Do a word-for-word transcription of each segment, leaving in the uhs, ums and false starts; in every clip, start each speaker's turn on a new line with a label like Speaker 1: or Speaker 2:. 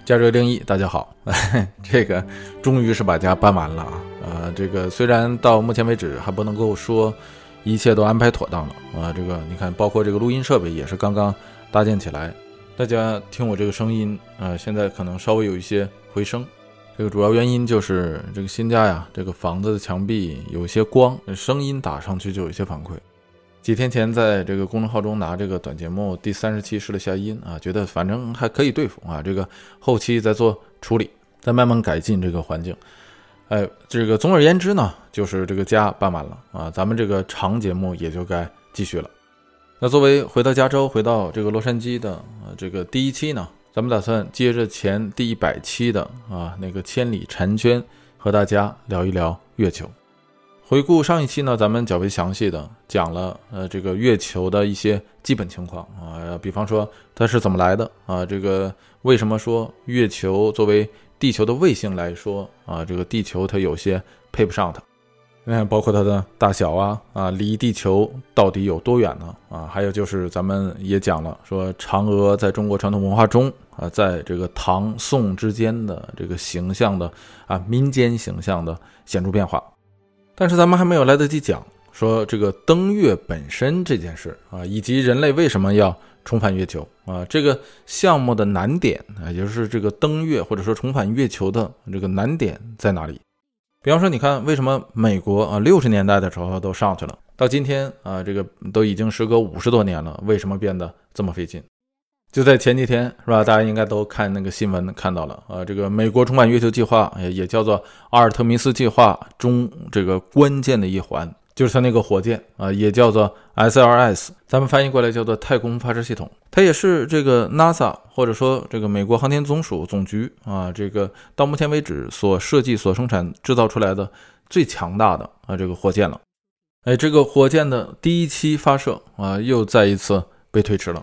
Speaker 1: 加热定义，大家好，这个终于是把家搬完了啊！呃，这个虽然到目前为止还不能够说一切都安排妥当了啊，这个你看，包括这个录音设备也是刚刚搭建起来，大家听我这个声音，呃，现在可能稍微有一些回声，这个主要原因就是这个新家呀，这个房子的墙壁有一些光，声音打上去就有一些反馈。几天前在这个公众号中拿这个短节目第三十期试了下音啊，觉得反正还可以对付啊，这个后期再做处理，再慢慢改进这个环境。哎，这个总而言之呢，就是这个家搬完了啊，咱们这个长节目也就该继续了。那作为回到加州、回到这个洛杉矶的啊这个第一期呢，咱们打算接着前第一百期的啊那个千里婵娟和大家聊一聊月球。回顾上一期呢，咱们较为详细的讲了呃这个月球的一些基本情况啊，比方说它是怎么来的啊，这个为什么说月球作为地球的卫星来说啊，这个地球它有些配不上它，嗯，包括它的大小啊啊，离地球到底有多远呢啊？还有就是咱们也讲了说嫦娥在中国传统文化中啊，在这个唐宋之间的这个形象的啊民间形象的显著变化。但是咱们还没有来得及讲说这个登月本身这件事啊，以及人类为什么要重返月球啊，这个项目的难点啊，也就是这个登月或者说重返月球的这个难点在哪里？比方说你看为什么美国啊六十年代的时候都上去了，到今天啊这个都已经时隔五十多年了，为什么变得这么费劲？就在前几天是吧，大家应该都看那个新闻看到了啊，这个美国重返月球计划也也叫做阿尔特弥斯计划中这个关键的一环，就是它那个火箭啊，也叫做 S L S， 咱们翻译过来叫做太空发射系统，它也是这个 NASA 或者说这个美国航天总署总局啊，这个到目前为止所设计所生产制造出来的最强大的啊这个火箭了。哎，这个火箭的第一期发射啊，又再一次被推迟了。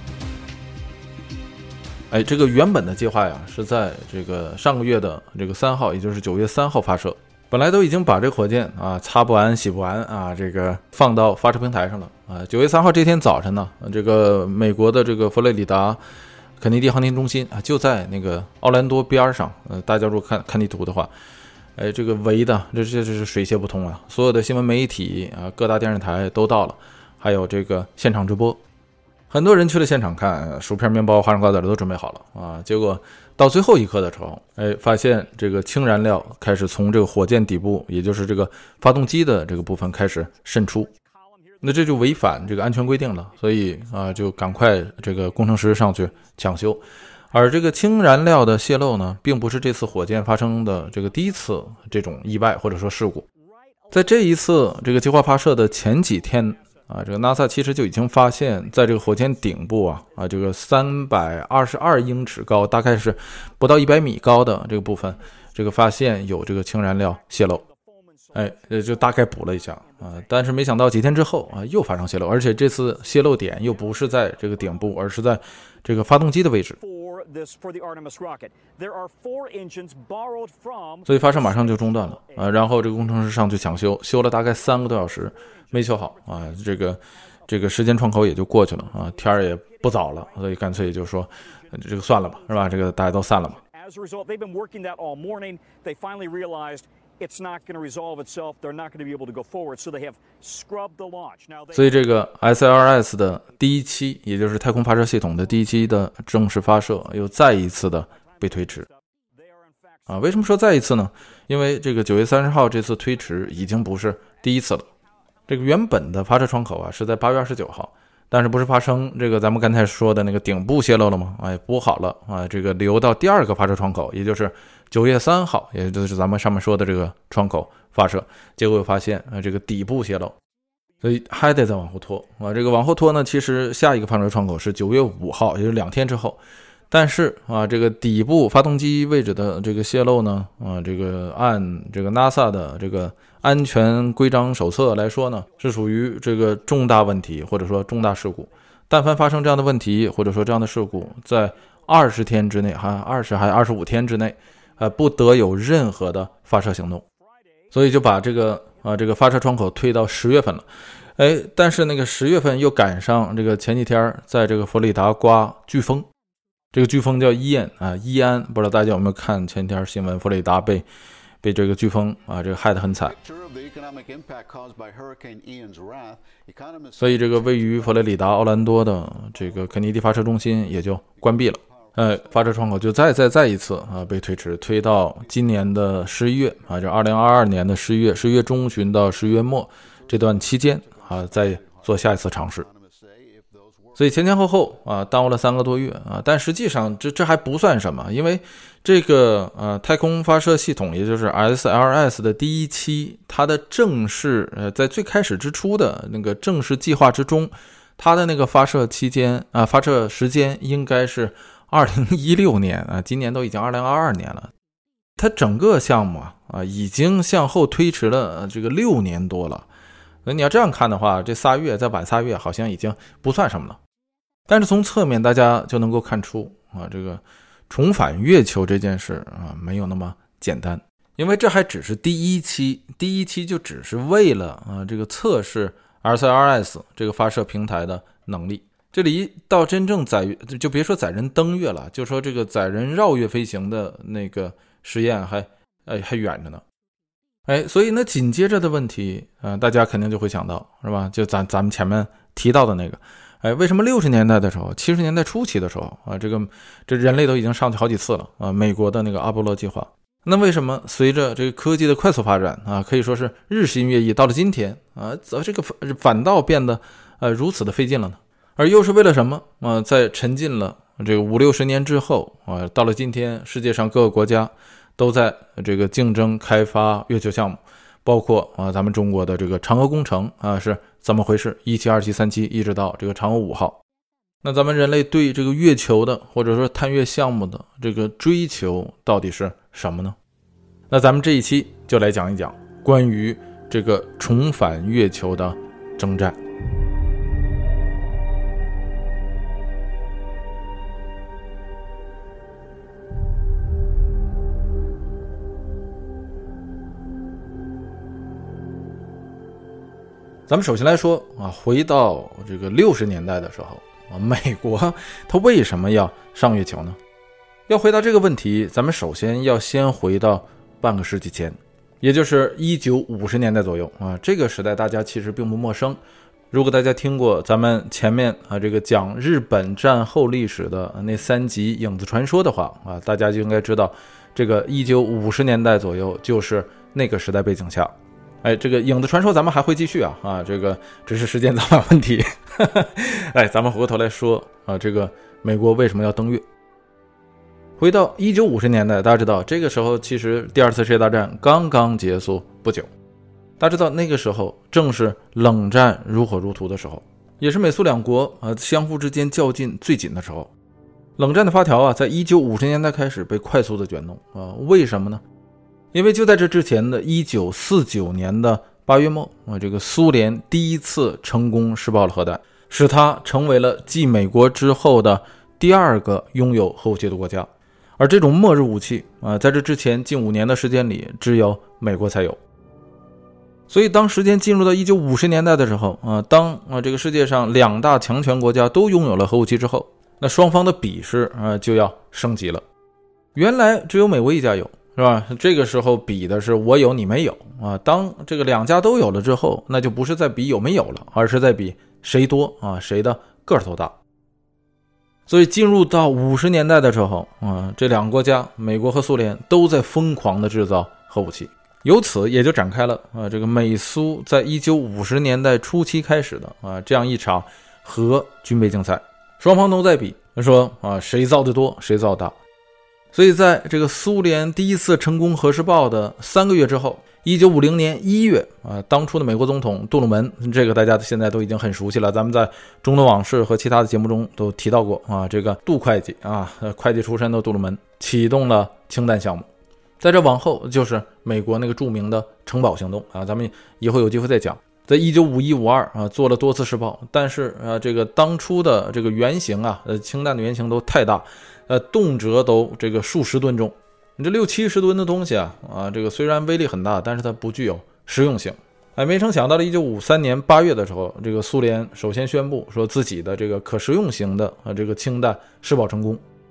Speaker 1: 哎，这个原本的计划呀，是在这个上个月的这个三号，也就是九月三号发射。本来都已经把这个火箭啊擦不完、洗不完啊，这个放到发射平台上了啊。九月三号这天早晨呢，这个美国的这个佛罗里达肯尼迪航天中心啊，就在那个奥兰多边上。呃，大家如果看看地图的话，哎，这个围的这这这是水泄不通啊！所有的新闻媒体啊，各大电视台都到了，还有这个现场直播。很多人去了现场看，薯片、面包、花生瓜子都准备好了啊！结果到最后一刻的时候，哎，发现这个氢燃料开始从这个火箭底部，也就是这个发动机的这个部分开始渗出，那这就违反这个安全规定了，所以啊，就赶快这个工程师上去抢修。而这个氢燃料的泄漏呢，并不是这次火箭发生的这个第一次这种意外或者说事故，在这一次这个计划发射的前几天。啊，这个 NASA 其实就已经发现，在这个火箭顶部啊，啊，这个三百二十二英尺高，大概是不到一百米高的这个部分，这个发现有这个氢燃料泄漏，哎，就大概补了一下啊，但是没想到几天之后啊，又发生泄漏，而且这次泄漏点又不是在这个顶部，而是在这个发动机的位置。所以发射马上就中断了啊，然后这个工程师上去抢修，修了大概三个多小时，没修好啊，这个这个时间窗口也就过去了啊，天儿也不早了，所以干脆也就说这个算了吧，是吧？这个大家都散了吧。所以这个 S L S 的第一期，也就是太空发射系统的第一期的正式发射，又再一次的被推迟。啊，为什么说再一次呢？因为这个九月三十号这次推迟已经不是第一次了。这个原本的发射窗口啊是在八月二十九号，但是不是发生这个咱们刚才说的那个顶部泄漏了吗？哎，补好了啊，这个留到第二个发射窗口，也就是九月三号，也就是咱们上面说的这个窗口发射，结果又发现啊这个底部泄漏，所以还得再往后拖啊。这个往后拖呢，其实下一个发射窗口是九月五号，也就是两天之后。但是啊，这个底部发动机位置的这个泄漏呢，啊，这个按这个 NASA 的这个安全规章手册来说呢，是属于这个重大问题或者说重大事故。但凡发生这样的问题或者说这样的事故，在二十天之内，还二十还二十五天之内，呃，不得有任何的发射行动。所以就把这个啊这个发射窗口推到十月份了。哎，但是那个十月份又赶上这个前几天在这个佛罗里达刮飓风。 这个飓风叫伊恩啊，伊安，不知道大家有没有看前天新闻，佛罗里达被被这个飓风啊这个害得很惨。所以这个位于佛罗里达奥兰多的这个肯尼迪发射中心也就关闭了。呃，发射窗口就再再再一次啊被推迟，推到今年的十一月啊，就二零二二年的十一月，十一月中旬到十一月末这段期间啊，再做下一次尝试。所以前前后后啊，耽误了三个多月啊，但实际上这这还不算什么，因为这个呃太空发射系统，也就是 S L S 的第一期，它的正式呃在最开始之初的那个正式计划之中，它的那个发射期间啊，发射时间应该是二零一六年啊，今年都已经二零二二年了，它整个项目啊啊已经向后推迟了这个六年多了。所以你要这样看的话，这仨月再晚仨月好像已经不算什么了。但是从侧面大家就能够看出啊，这个重返月球这件事啊没有那么简单，因为这还只是第一期，第一期就只是为了啊这个测试 S L S 这个发射平台的能力。这里到真正载就别说载人登月了，就说这个载人绕月飞行的那个实验还哎还远着呢。哎，所以呢紧接着的问题啊、呃，大家肯定就会想到是吧？就咱咱们前面提到的那个。哎，为什么六十年代的时候，七十年代初期的时候啊，这个这人类都已经上去好几次了啊，美国的那个阿波罗计划，那为什么随着这个科技的快速发展啊，可以说是日新月异，到了今天啊，这个反倒变得呃如此的费劲了呢？而又是为了什么啊？在沉浸了这个五六十年之后啊，到了今天，世界上各个国家都在这个竞争开发月球项目。包括啊，咱们中国的这个嫦娥工程啊是怎么回事？一期、二期、三期，一直到这个嫦娥五号。那咱们人类对这个月球的或者说探月项目的这个追求到底是什么呢？那咱们这一期就来讲一讲关于这个重返月球的征战。咱们首先来说啊，回到这个六十年代的时候啊，美国它为什么要上月球呢？要回答这个问题，咱们首先要先回到半个世纪前，也就是一九五十年代左右啊。这个时代大家其实并不陌生。如果大家听过咱们前面啊这个讲日本战后历史的那三集《影子传说》的话啊，大家就应该知道，这个一九五十年代左右就是那个时代背景下。哎，这个影子传说咱们还会继续啊啊，这个只是时间早晚问题。哎，咱们回过头来说啊，这个美国为什么要登月？回到一九五十年代，大家知道这个时候其实第二次世界大战刚刚结束不久。大家知道那个时候正是冷战如火如荼的时候，也是美苏两国啊相互之间较劲最紧的时候。冷战的发条啊，在一九五十年代开始被快速的卷动啊，为什么呢？因为就在这之前的一九四九年的八月末啊，这个苏联第一次成功试爆了核弹，使它成为了继美国之后的第二个拥有核武器的国家。而这种末日武器啊，在这之前近五年的时间里，只有美国才有。所以当时间进入到一九五十年代的时候啊，当啊这个世界上两大强权国家都拥有了核武器之后，那双方的比试啊就要升级了。原来只有美国一家有，是吧？这个时候比的是我有你没有啊。当这个两家都有了之后，那就不是在比有没有了，而是在比谁多啊，谁的个头大。所以进入到五十年代的时候啊，这两个国家美国和苏联都在疯狂的制造核武器，由此也就展开了啊这个美苏在一九五十年代初期开始的啊这样一场核军备竞赛，双方都在比说啊谁造的多谁造大。所以在这个苏联第一次成功核试爆的三个月之后，一九五零年一月啊，当初的美国总统杜鲁门，这个大家现在都已经很熟悉了，咱们在中东往事和其他的节目中都提到过啊，这个杜会计啊，会计出身的杜鲁门启动了氢弹项目。在这往后就是美国那个著名的城堡行动啊，咱们以后有机会再讲。在一九五一、五二啊做了多次试爆，但是啊这个当初的这个原型啊，呃氢弹的原型都太大。呃，动辄都这个数十吨重，你这六七十吨的东西啊，啊，这个虽然威力很大，但是它不具有实用性。哎，没成想到了一九五三年八月的时候，这个苏联首先宣布说自己的这个可实用型的啊这个氢弹试爆成功。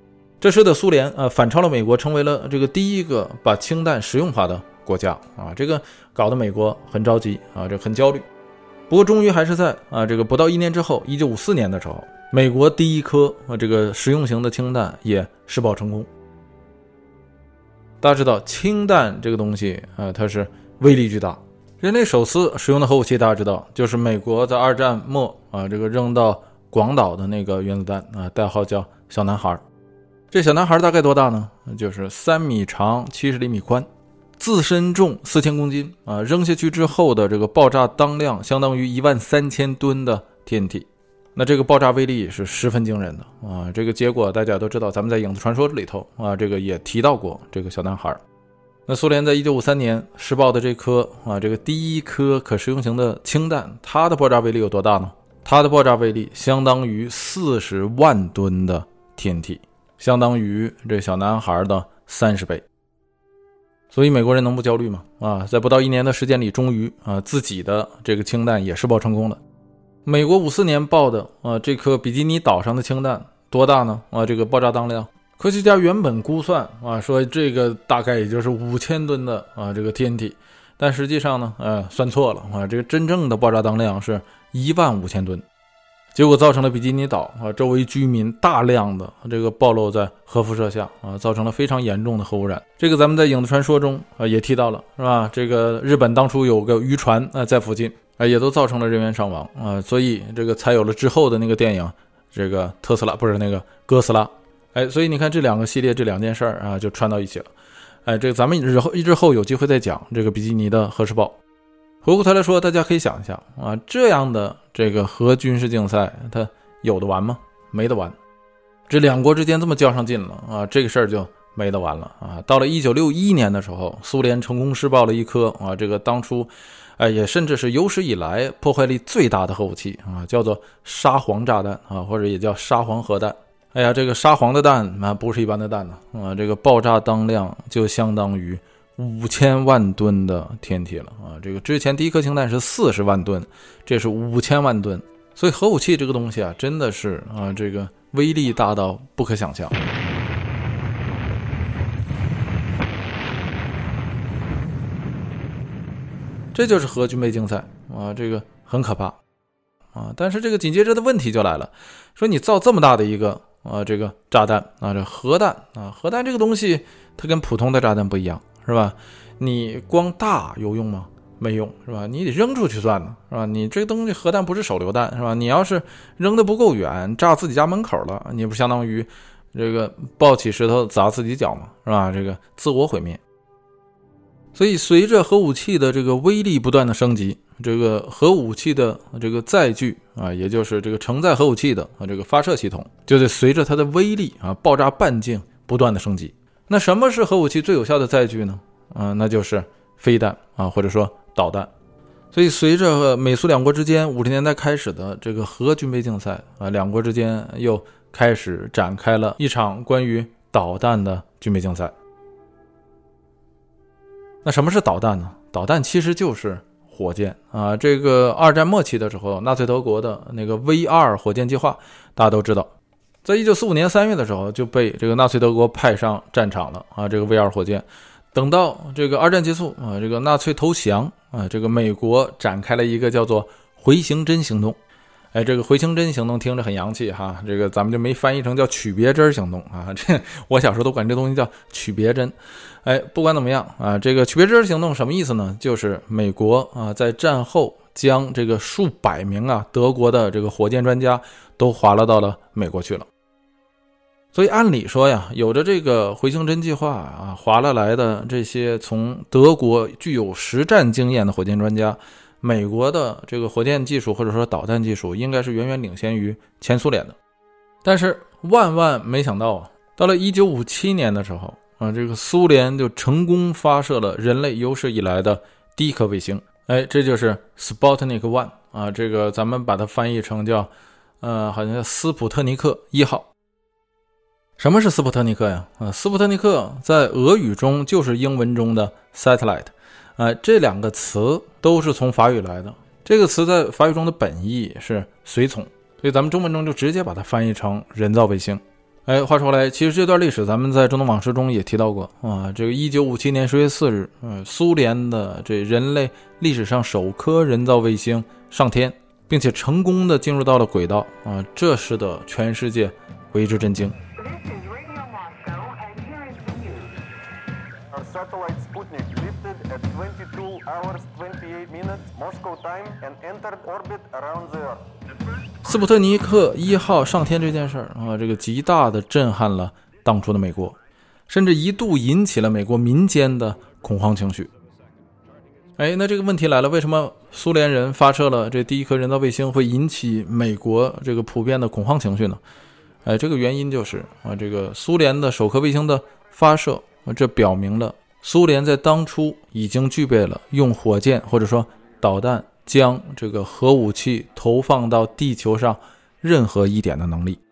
Speaker 1: 这使得苏联啊反超了美国，成为了这个第一个把氢弹实用化的国家啊，这个搞得美国很着急啊，这很焦虑。不过终于还是在啊这个不到一年之后，一九五四年的时候，美国第一颗啊这个实用型的氢弹也试爆成功。大家知道氢弹这个东西啊，它是威力巨大。人类首次使用的核武器大家知道，就是美国在二战末啊这个扔到广岛的那个原子弹啊，代号叫小男孩。这小男孩大概多大呢？就是三米长，七十厘米宽，自身重四千公斤啊，扔下去之后的这个爆炸当量相当于一万三千吨的 T N T。那这个爆炸威力是十分惊人的啊！这个结果大家都知道，咱们在影子传说里头啊，这个也提到过这个小男孩。那苏联在一九五三年试爆的这颗啊，这个第一颗可实用型的氢弹，它的爆炸威力有多大呢？它的爆炸威力相当于四十万吨的 T N T， 相当于这小男孩的三十倍。所以美国人能不焦虑吗？啊，在不到一年的时间里，终于啊自己的这个氢弹也试爆成功了。美国五四年爆的啊这颗比基尼岛上的氢弹多大呢？啊，这个爆炸当量，科学家原本估算啊说这个大概也就是五千吨的啊这个 T N T， 但实际上呢，呃算错了啊，这个真正的爆炸当量是一万五千吨。结果造成了比基尼岛啊周围居民大量的这个暴露在核辐射下啊，造成了非常严重的核污染。这个咱们在影子传说中啊也提到了，是吧？这个日本当初有个渔船啊在附近啊，也都造成了人员伤亡啊，所以这个才有了之后的那个电影，这个特斯拉不是那个哥斯拉。哎，所以你看这两个系列这两件事儿啊就串到一起了。哎，这个咱们日后日后有机会再讲这个比基尼的核试爆。回过头来说，大家可以想一下啊，这样的这个核军事竞赛，它有得完吗？没得完。这两国之间这么较上劲了啊，这个事儿就没得完了啊。到了一九六一年的时候，苏联成功试爆了一颗啊，这个当初，哎，也甚至是有史以来破坏力最大的核武器啊，叫做沙皇炸弹啊，或者也叫沙皇核弹。哎呀，这个沙皇的弹啊，不是一般的弹呢啊，这个爆炸当量就相当于五千万吨的 T N T 了啊！这个之前第一颗氢弹是四十万吨，这是五千万吨，所以核武器这个东西啊，真的是啊，这个威力大到不可想象。这就是核军备竞赛啊，这个很可怕啊！但是这个紧接着的问题就来了，说你造这么大的一个啊这个炸弹啊，这核弹啊，核弹这个东西它跟普通的炸弹不一样。是吧？你光大有用吗？没用，是吧？你得扔出去算呢，是吧？你这个东西核弹不是手榴弹，是吧？你要是扔得不够远，炸自己家门口了，你不相当于这个抱起石头砸自己脚吗？是吧？这个自我毁灭。所以随着核武器的这个威力不断的升级，这个核武器的这个载具啊，也就是这个承载核武器的啊这个发射系统，就得随着它的威力啊爆炸半径不断的升级。那什么是核武器最有效的载具呢？啊，那就是飞弹啊，或者说导弹。所以随着美苏两国之间五十年代开始的这个核军备竞赛啊，两国之间又开始展开了一场关于导弹的军备竞赛。那什么是导弹呢？导弹其实就是火箭啊。这个二战末期的时候，纳粹德国的那个 V 二 火箭计划，大家都知道。在一九四五年三月的时候就被这个纳粹德国派上战场了啊，这个 V 二 火箭。等到这个二战结束啊，这个纳粹投降啊，这个美国展开了一个叫做回形针行动。哎，这个回形针行动听着很洋气哈，这个咱们就没翻译成叫曲别针行动啊。这我小时候都管这东西叫曲别针。哎，不管怎么样啊，这个曲别针行动什么意思呢？就是美国啊在战后将这个数百名啊德国的这个火箭专家都划拉到了美国去了。所以按理说呀，有着这个回形针计划啊划拉来的这些从德国具有实战经验的火箭专家，美国的这个火箭技术或者说导弹技术应该是远远领先于前苏联的。但是万万没想到啊，到了一九五七年的时候啊，这个苏联就成功发射了人类有史以来的第一颗卫星。哎，这就是 Sputnik 一 啊，这个咱们把它翻译成叫呃，好像叫斯普特尼克一号。什么是斯普特尼克呀？啊，斯普特尼克在俄语中就是英文中的 satellite， 啊，这两个词都是从法语来的。这个词在法语中的本意是随从，所以咱们中文中就直接把它翻译成人造卫星。 哎，话说回来，其实这段历史咱们在中东往事中也提到过啊。这个一九五七年十月四日，呃，苏联的这人类历史上首颗人造卫星上天，并且成功的进入到了轨道啊，这使得全世界为之震惊。
Speaker 2: Satellite Sputnik lifted at twenty-two hours twenty-eight minutes Moscow time and entered orbit around the Earth.
Speaker 1: 斯普特尼克一号上天这件事儿啊，这个极大的震撼了当初的美国，甚至一度引起了美国民间的恐慌情绪。哎，那这个问题来了，为什么苏联人发射了这第一颗人造卫星会引起美国这个普遍的恐慌情绪呢？哎，这个原因就是啊，这个苏联的首颗卫星的发射，这表明了苏联在当初已经具备了用火箭或者说导弹将这个核武器投放到地球上任何一点的能力。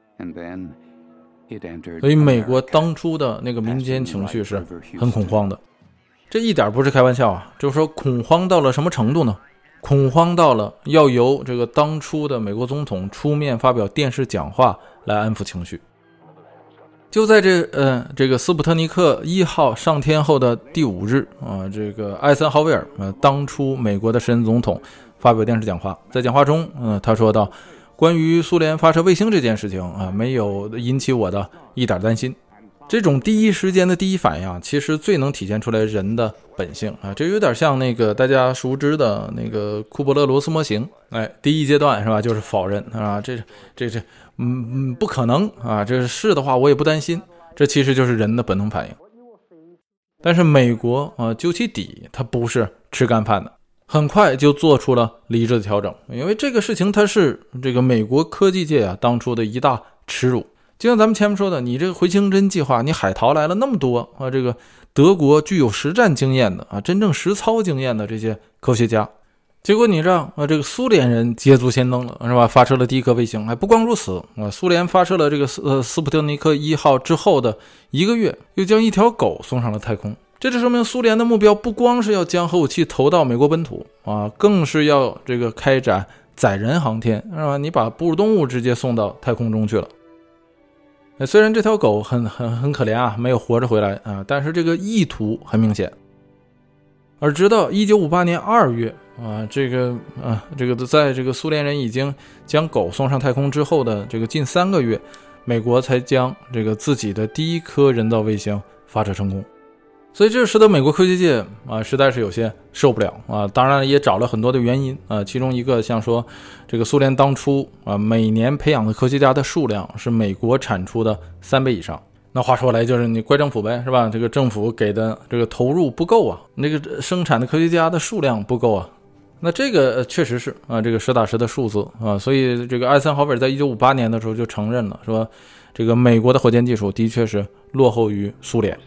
Speaker 1: 所以美国当初的那个民间情绪是很恐慌的，这一点不是开玩笑啊，就是说恐慌到了什么程度呢？恐慌到了要由这个当初的美国总统出面发表电视讲话来安抚情绪。就在这呃这个斯普特尼克一号上天后的第五日啊，这个艾森豪威尔呃当初美国的时任总统发表电视讲话，在讲话中呃他说到，关于苏联发射卫星这件事情啊，没有引起我的一点担心。这种第一时间的第一反应啊，其实最能体现出来人的本性啊，这有点像那个大家熟知的那个库伯勒罗斯模型。哎，第一阶段是吧，就是否认啊，这这这嗯嗯不可能啊，这是的话我也不担心，这其实就是人的本能反应。但是美国啊，究其底它不是吃干饭的，很快就做出了理智的调整，因为这个事情它是这个美国科技界啊当初的一大耻辱。就像咱们前面说的，你这个回形针计划，你海淘来了那么多啊，这个德国具有实战经验的啊，真正实操经验的这些科学家，结果你让啊这个苏联人捷足先登了，是吧？发射了第一颗卫星，还不光如此啊，苏联发射了这个呃斯普特尼克一号之后的一个月，又将一条狗送上了太空。这就说明苏联的目标不光是要将核武器投到美国本土啊，更是要这个开展载人航天，是吧？你把哺乳动物直接送到太空中去了。虽然这条狗很很很可怜啊，没有活着回来啊，但是这个意图很明显。而直到一九五八年二月啊，这个啊这个在这个苏联人已经将狗送上太空之后的这个近三个月，美国才将这个自己的第一颗人造卫星发射成功。所以这使得美国科技界啊实在是有些受不了啊，当然也找了很多的原因啊，其中一个像说这个苏联当初啊每年培养的科学家的数量是美国产出的三倍以上。那话说来就是你怪政府呗，是吧？这个政府给的这个投入不够啊，那个生产的科学家的数量不够啊。那这个确实是啊，这个实打实的数字啊，所以这个艾森豪威尔在一九五八年的时候就承认了，说这个美国的火箭技术的确是落后于苏联。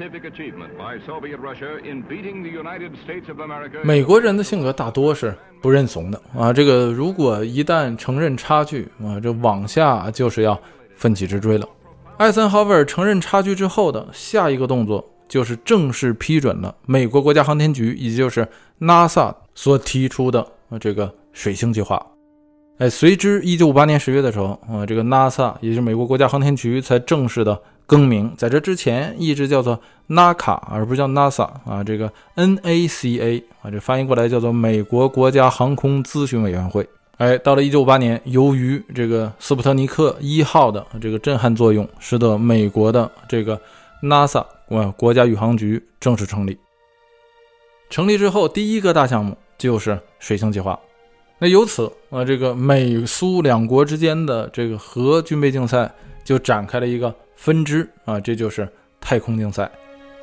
Speaker 1: 美国人的性格大多是不认怂的啊，这个如果一旦承认差距啊，这往下就是要奋起直追了。艾森豪威尔承认差距之后的下一个动作就是正式批准了美国国家航天局，也就是 NASA 所提出的这个水星计划。哎，随之一九五八年十月的时候啊，这个 NASA 也就是美国国家航天局才正式的更名，在这之前一直叫做 N A C A 而不是叫 NASA 啊，这个 N A C A 啊，这翻译过来叫做美国国家航空咨询委员会。哎，到了一九五八年，由于这个斯普特尼克一号的这个震撼作用，使得美国的这个 NASA 啊国家宇航局正式成立。成立之后，第一个大项目就是水星计划。那由此啊，这个美苏两国之间的这个核军备竞赛就展开了一个分支啊，这就是太空竞赛。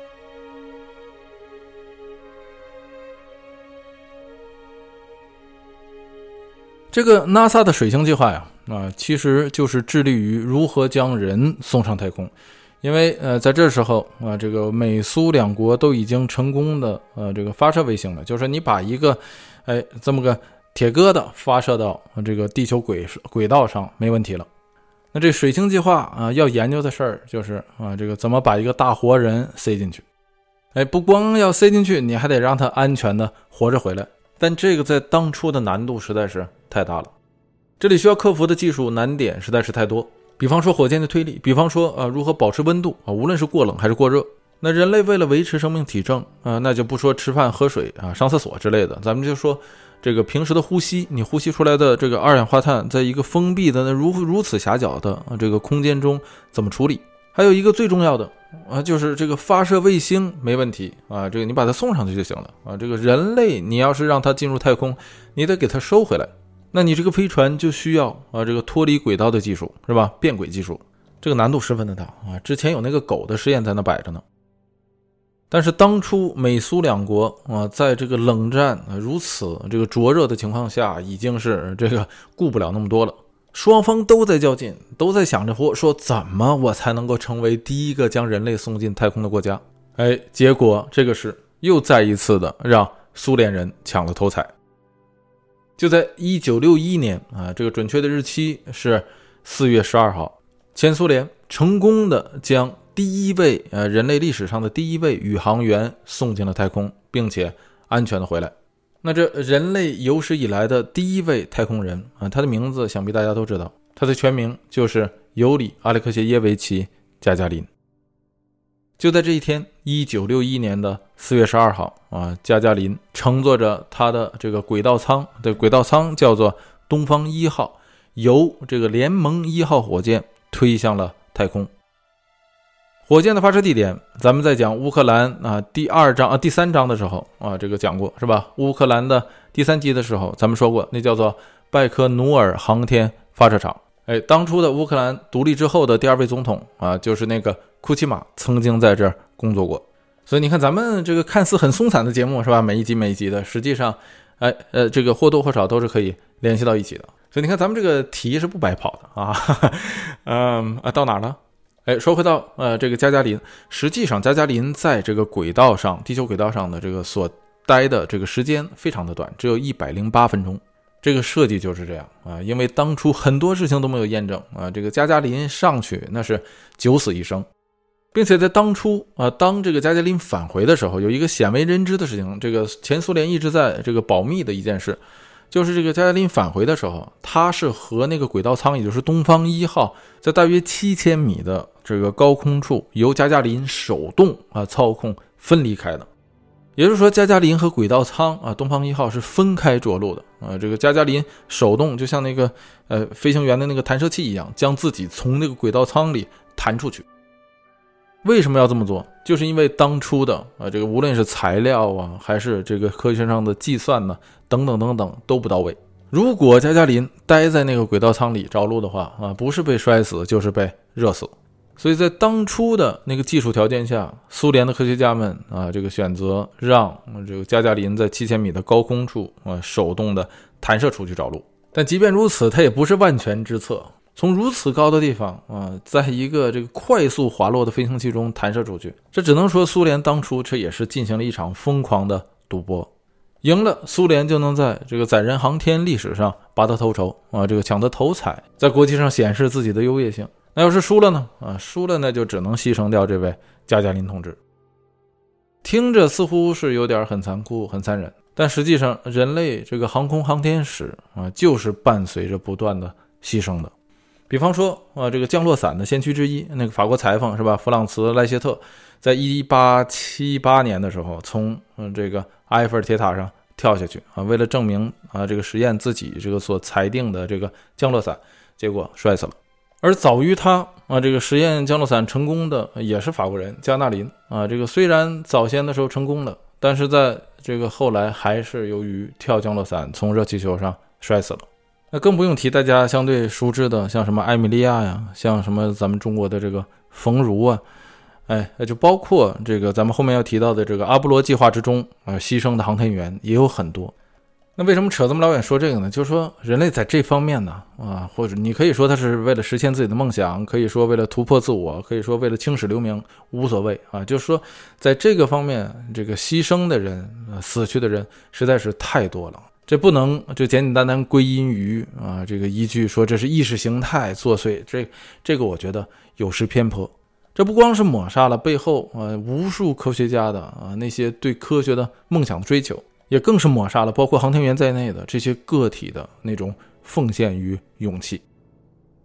Speaker 1: 这个 NASA 的水星计划呀，啊，其实就是致力于如何将人送上太空。因为呃，在这时候啊，这个美苏两国都已经成功的呃这个发射卫星了，就是你把一个哎这么个铁疙瘩发射到这个地球轨轨道上没问题了。那这水星计划啊，要研究的事儿就是啊，这个怎么把一个大活人塞进去。哎，不光要塞进去，你还得让他安全的活着回来。但这个在当初的难度实在是太大了，这里需要克服的技术难点实在是太多。 比方说火箭的推力，比方说啊如何保持温度啊，无论是过冷还是过热。那人类为了维持生命体征啊，那就不说吃饭喝水啊上厕所之类的，咱们就说这个平时的呼吸，你呼吸出来的这个二氧化碳在一个封闭的如如此狭小的这个空间中怎么处理。还有一个最重要的啊，就是这个发射卫星没问题啊，这个你把它送上去就行了啊。这个人类你要是让它进入太空，你得给它收回来，那你这个飞船就需要啊这个脱离轨道的技术，是吧？变轨技术，这个难度十分的大啊。之前有那个狗的实验在那摆着呢。但是当初美苏两国啊，在这个冷战啊如此这个灼热的情况下，已经是这个顾不了那么多了。双方都在较劲，都在想着说怎么我才能够成为第一个将人类送进太空的国家。哎，结果这个事又再一次的让苏联人抢了头彩。就在一九六一年啊，这个准确的日期是四月十二号，前苏联成功的将第一位呃人类历史上的第一位宇航员送进了太空，并且安全的回来。那这人类有史以来的第一位太空人啊，他的名字想必大家都知道，他的全名就是尤里·阿列克谢耶维奇·加加林。就在这一天，一九六一年的四月十二号啊，加加林乘坐着他的这个轨道舱，的轨道舱叫做东方一号，由这个联盟一号火箭推向了太空。火箭的发射地点，咱们在讲乌克兰啊第二章啊第三章的时候啊，这个讲过是吧？乌克兰的第三集的时候，咱们说过，那叫做拜科努尔航天发射场。哎，当初的乌克兰独立之后的第二位总统啊，就是那个库奇马，曾经在这儿工作过。所以你看，咱们这个看似很松散的节目是吧？每一集每一集的，实际上，哎呃，这个或多或少都是可以联系到一起的。所以你看，咱们这个题是不白跑的啊。嗯啊，到哪儿了？哎，说回到呃这个加加林，实际上加加林在这个轨道上，地球轨道上的这个所待的这个时间非常的短，只有一百零八分钟。这个设计就是这样啊，因为当初很多事情都没有验证啊，这个加加林上去那是九死一生，并且在当初啊，当这个加加林返回的时候，有一个鲜为人知的事情，这个前苏联一直在这个保密的一件事。就是这个加加林返回的时候，他是和那个轨道舱，也就是东方一号，在大约七千米的这个高空处，由加加林手动啊操控分离开的。也就是说，加加林和轨道舱啊东方一号是分开着陆的啊。这个加加林手动就像那个呃飞行员的那个弹射器一样，将自己从那个轨道舱里弹出去。为什么要这么做？就是因为当初的啊，这个无论是材料啊，还是这个科学上的计算呢，等等等等都不到位。如果加加林待在那个轨道舱里着陆的话啊，不是被摔死，就是被热死。所以在当初的那个技术条件下，苏联的科学家们啊，这个选择让这个加加林在七千米的高空处啊，手动的弹射出去着陆。但即便如此，它也不是万全之策。从如此高的地方啊，在一个这个快速滑落的飞行器中弹射出去，这只能说苏联当初这也是进行了一场疯狂的赌博。赢了，苏联就能在这个载人航天历史上拔得头筹啊，这个抢得头彩，在国际上显示自己的优越性。那要是输了呢？啊，输了那就只能牺牲掉这位加加林同志。听着似乎是有点很残酷、很残忍，但实际上人类这个航空航天史啊，就是伴随着不断的牺牲的。比方说啊，这个降落伞的先驱之一，那个法国裁缝是吧，弗朗茨·赖谢特，在一八七八年的时候，从嗯这个埃菲尔铁塔上跳下去啊，为了证明啊这个实验自己这个所裁定的这个降落伞，结果摔死了。而早于他啊这个实验降落伞成功的也是法国人加纳林啊，这个虽然早先的时候成功了，但是在这个后来还是由于跳降落伞从热气球上摔死了。那更不用提大家相对熟知的，像什么艾米莉亚呀，像什么咱们中国的这个冯如啊，哎，就包括这个咱们后面要提到的这个阿波罗计划之中啊、呃、牺牲的航天员也有很多。那为什么扯这么老远说这个呢？就是说人类在这方面呢啊，或者你可以说他是为了实现自己的梦想，可以说为了突破自我，可以说为了青史留名，无所谓啊。就是说在这个方面，这个牺牲的人、呃、死去的人实在是太多了。这不能就简简单单归因于啊这个依据说这是意识形态作祟，这这个我觉得有失偏颇。这不光是抹杀了背后啊无数科学家的啊那些对科学的梦想的追求，也更是抹杀了包括航天员在内的这些个体的那种奉献与勇气。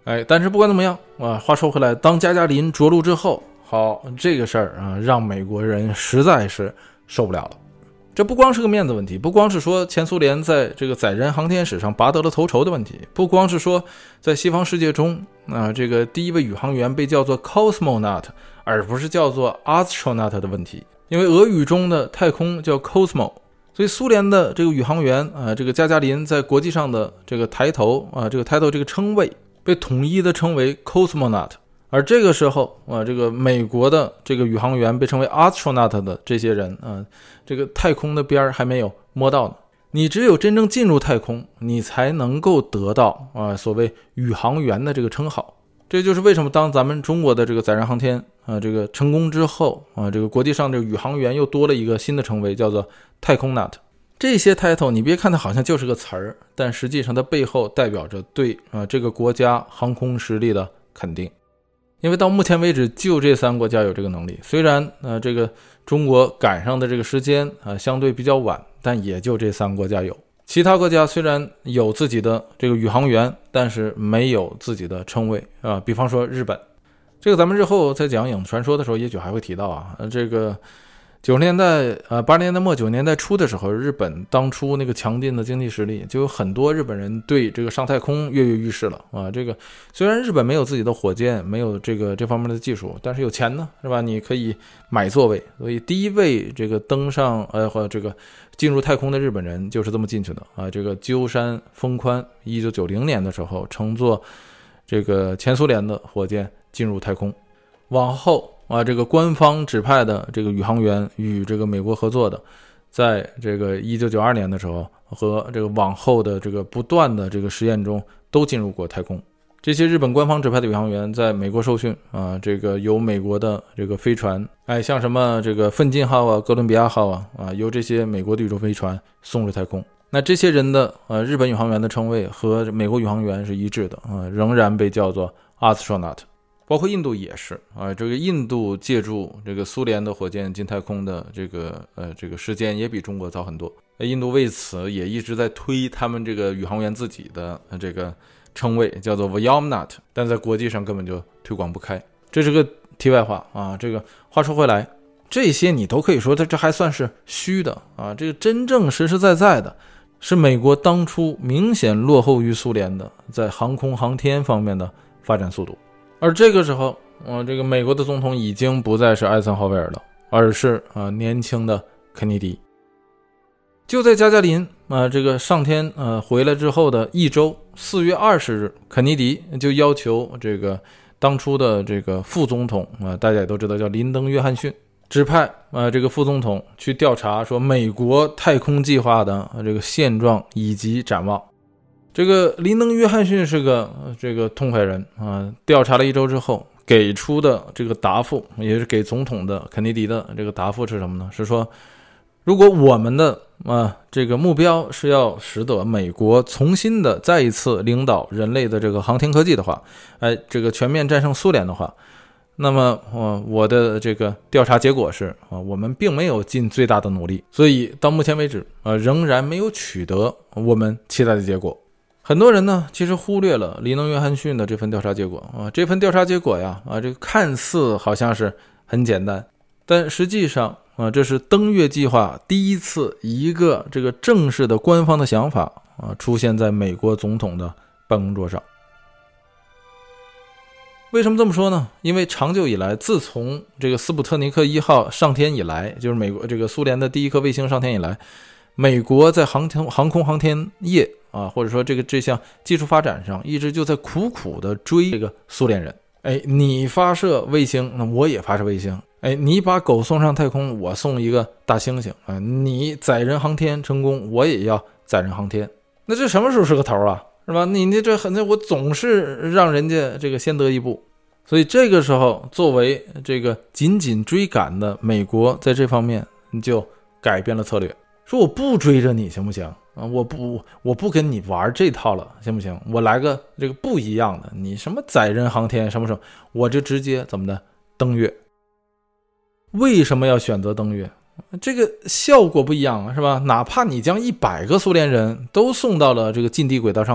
Speaker 1: 哎，但是不管怎么样啊，话说回来，当加加林着陆之后，好，这个事儿啊，让美国人实在是受不了了。这不光是个面子问题，不光是说前苏联在这个载人航天史上拔得了头筹的问题，不光是说在西方世界中啊，这个第一位宇航员被叫做 cosmonaut 而不是叫做 astronaut 的问题，因为俄语中的太空叫 cosmo， 所以苏联的这个宇航员啊，这个加加林在国际上的这个抬头啊，这个抬头这个称谓被统一的称为 cosmonaut。而这个时候啊，这个美国的这个宇航员被称为 astronaut 的这些人啊，这个太空的边还没有摸到呢。你只有真正进入太空，你才能够得到啊所谓宇航员的这个称号。这就是为什么当咱们中国的这个载人航天啊这个成功之后啊，这个国际上这个宇航员又多了一个新的称谓，叫做太空 nut。这些 title 你别看它好像就是个词儿，但实际上它背后代表着对啊这个国家航空实力的肯定。因为到目前为止就这三个国家有这个能力，虽然呃这个中国赶上的这个时间啊、呃、相对比较晚，但也就这三个国家有。其他国家虽然有自己的这个宇航员，但是没有自己的称谓啊、呃，比方说日本，这个咱们日后在讲影子传说的时候也许还会提到啊，呃、这个九十年代呃八十年代末九十年代初的时候，日本当初那个强劲的经济实力，就有很多日本人对这个上太空跃跃欲试了啊。这个虽然日本没有自己的火箭，没有这个这方面的技术，但是有钱呢，是吧？你可以买座位，所以第一位这个登上呃或这个进入太空的日本人就是这么进去的啊。这个鸠山丰宽一九九零年的时候乘坐这个前苏联的火箭进入太空，往后啊，这个官方指派的这个宇航员与这个美国合作的，在这个一九九二年的时候和这个往后的这个不断的这个实验中都进入过太空。这些日本官方指派的宇航员在美国受训啊，这个由美国的这个飞船，哎，像什么这个奋进号啊、哥伦比亚号啊，啊，由这些美国的宇宙飞船送入太空。那这些人的呃日本宇航员的称谓和美国宇航员是一致的啊，仍然被叫做 astronaut。包括印度也是啊，这个印度借助这个苏联的火箭进太空的这个呃这个时间也比中国早很多。印度为此也一直在推他们这个宇航员自己的这个称谓，叫做 Vyomnaut， 但在国际上根本就推广不开。这是个题外话啊。这个话说回来，这些你都可以说它这还算是虚的啊。这个真正实实在在的是美国当初明显落后于苏联的在航空航天方面的发展速度。而这个时候，呃，这个美国的总统已经不再是艾森豪威尔了，而是啊、呃、年轻的肯尼迪。就在加加林啊、呃、这个上天呃回来之后的一周，四月二十日，肯尼迪就要求这个当初的这个副总统啊、呃，大家也都知道叫林登·约翰逊，指派啊、呃、这个副总统去调查说美国太空计划的、呃、这个现状以及展望。这个林登·约翰逊是个这个痛快人啊，调查了一周之后给出的这个答复，也是给总统的肯尼迪的这个答复是什么呢？是说，如果我们的啊这个目标是要使得美国重新的再一次领导人类的这个航天科技的话，哎，这个全面战胜苏联的话，那么呃我的这个调查结果是啊，我们并没有尽最大的努力，所以到目前为止啊，仍然没有取得我们期待的结果。很多人呢，其实忽略了林登·约翰逊的这份调查结果啊，这份调查结果呀，啊，这个看似好像是很简单，但实际上啊，这是登月计划第一次一个这个正式的官方的想法啊，出现在美国总统的办公桌上。为什么这么说呢？因为长久以来，自从这个斯普特尼克一号上天以来，就是美国这个苏联的第一颗卫星上天以来，美国在航天航空航天业啊，或者说这个这项技术发展上，一直就在苦苦的追这个苏联人。哎，你发射卫星，那我也发射卫星。哎，你把狗送上太空，我送一个大猩猩啊！你载人航天成功，我也要载人航天。那这什么时候是个头啊？是吧？你你这很，我总是让人家这个先得一步。所以这个时候，作为这个紧紧追赶的美国，在这方面就改变了策略，说我不追着你行不行啊？我不我不跟你玩这套了，行不行？我来个这个不一样的，你什么载人航天什么什么，我就直接怎么的登月。为什么要选择登月？这个效果不一样啊，是吧？哪怕你将一百个苏联人都送到了这个近地轨道上去，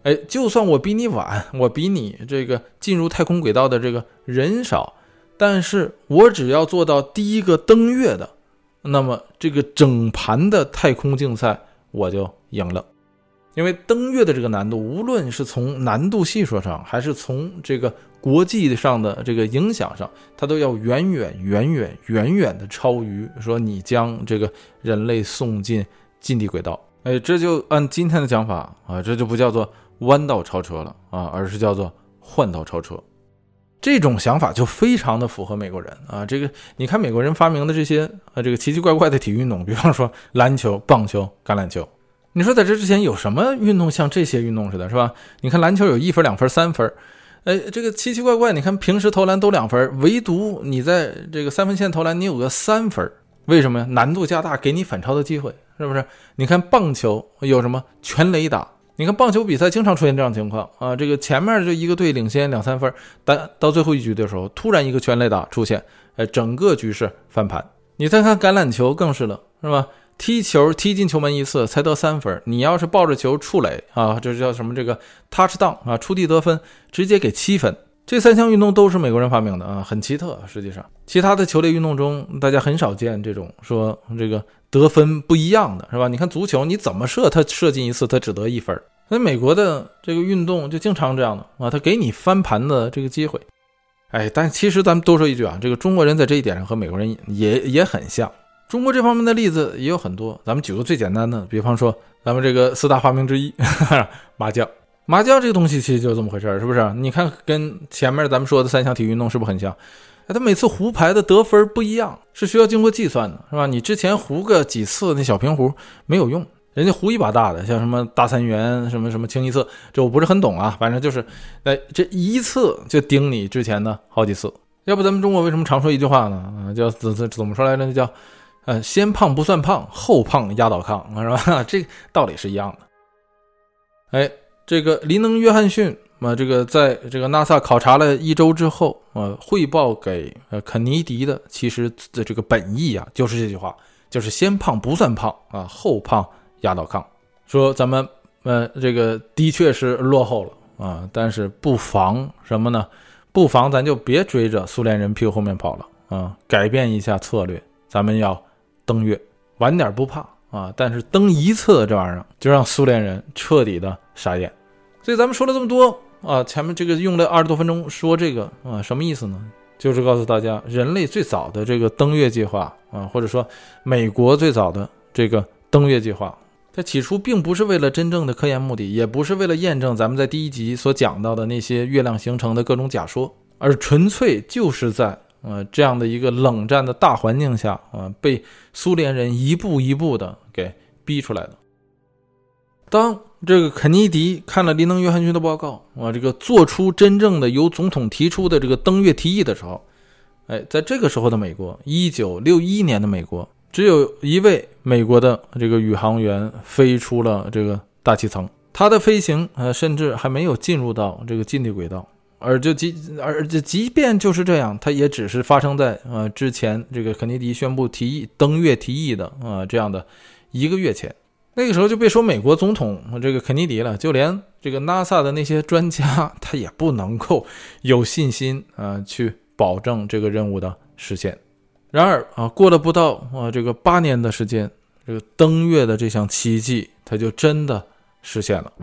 Speaker 1: 哎，就算我比你晚，我比你这个进入太空轨道的这个人少，但是我只要做到第一个登月的，那么这个整盘的太空竞赛我就赢了。因为登月的这个难度，无论是从难度系数上，还是从这个国际上的这个影响上，它都要远远远远远远的超于说你将这个人类送进近地轨道。哎，这就按今天的讲法啊，这就不叫做弯道超车了啊，而是叫做换道超车。这种想法就非常的符合美国人啊。这个你看美国人发明的这些啊，这个奇奇怪怪的体育运动，比方说篮球、棒球、橄榄球。你说在这之前有什么运动像这些运动似的，是吧？你看篮球有一分、两分、三分，哎，这个奇奇怪怪。你看平时投篮都两分，唯独你在这个三分线投篮你有个三分，为什么呀？难度加大，给你反超的机会，是不是？你看棒球有什么全垒打？你看棒球比赛经常出现这样情况啊，这个前面就一个队领先两三分，但到最后一局的时候，突然一个全垒打出现，哎，整个局势翻盘。你再看橄榄球更是了，是吧？踢球踢进球门一次才得三分，你要是抱着球触垒啊，这叫什么这个 touchdown 啊，触地得分，直接给七分。这三项运动都是美国人发明的啊，很奇特。实际上其他的球类运动中大家很少见这种说这个得分不一样的，是吧？你看足球你怎么射，他射进一次他只得一分，所以美国的这个运动就经常这样的啊，他给你翻盘的这个机会。哎，但其实咱们多说一句啊，这个中国人在这一点上和美国人也也很像。中国这方面的例子也有很多，咱们举个最简单的，比方说咱们这个四大发明之一麻将。麻将这个东西其实就这么回事，是不是？你看跟前面咱们说的三项体育运动是不是很像？哎，他每次胡牌的得分不一样，是需要经过计算的，是吧？你之前胡个几次那小平胡没有用，人家胡一把大的，像什么大三元什么什么清一色，这我不是很懂啊，反正就是哎，这一次就顶你之前的好几次。要不咱们中国为什么常说一句话呢？啊，叫怎怎么说来着？叫呃，先胖不算胖，后胖压倒炕，是吧？这道理是一样的。哎，这个林能约翰逊啊，这个在这个 NASA 考察了一周之后啊，汇报给呃肯尼迪的，其实的这个本意啊，就是这句话，就是先胖不算胖啊，后胖压倒炕。说咱们呃这个的确是落后了啊，但是不妨什么呢？不妨咱就别追着苏联人屁股后面跑了啊，改变一下策略，咱们要登月，晚点不怕啊，但是登一次这玩意儿就让苏联人彻底的傻眼。所以咱们说了这么多啊，前面这个用了二十多分钟说这个啊，什么意思呢？就是告诉大家，人类最早的这个登月计划啊，或者说美国最早的这个登月计划，它起初并不是为了真正的科研目的，也不是为了验证咱们在第一集所讲到的那些月亮形成的各种假说，而纯粹就是在呃，这样的一个冷战的大环境下啊、呃，被苏联人一步一步的给逼出来的。当这个肯尼迪看了林能约翰逊的报告啊，这个做出真正的由总统提出的这个登月提议的时候，哎，在这个时候的美国，一九六一年的美国，只有一位美国的这个宇航员飞出了这个大气层，他的飞行呃，甚至还没有进入到这个近地轨道。而就即而就即便就是这样，它也只是发生在呃之前这个肯尼迪宣布提议登月提议的呃这样的一个月前。那个时候就别说美国总统这个肯尼迪了，就连这个 NASA 的那些专家，他也不能够有信心啊、呃、去保证这个任务的实现。然而啊，过了不到啊这个八年的时间，这个登月的这项奇迹，它就真的实现了。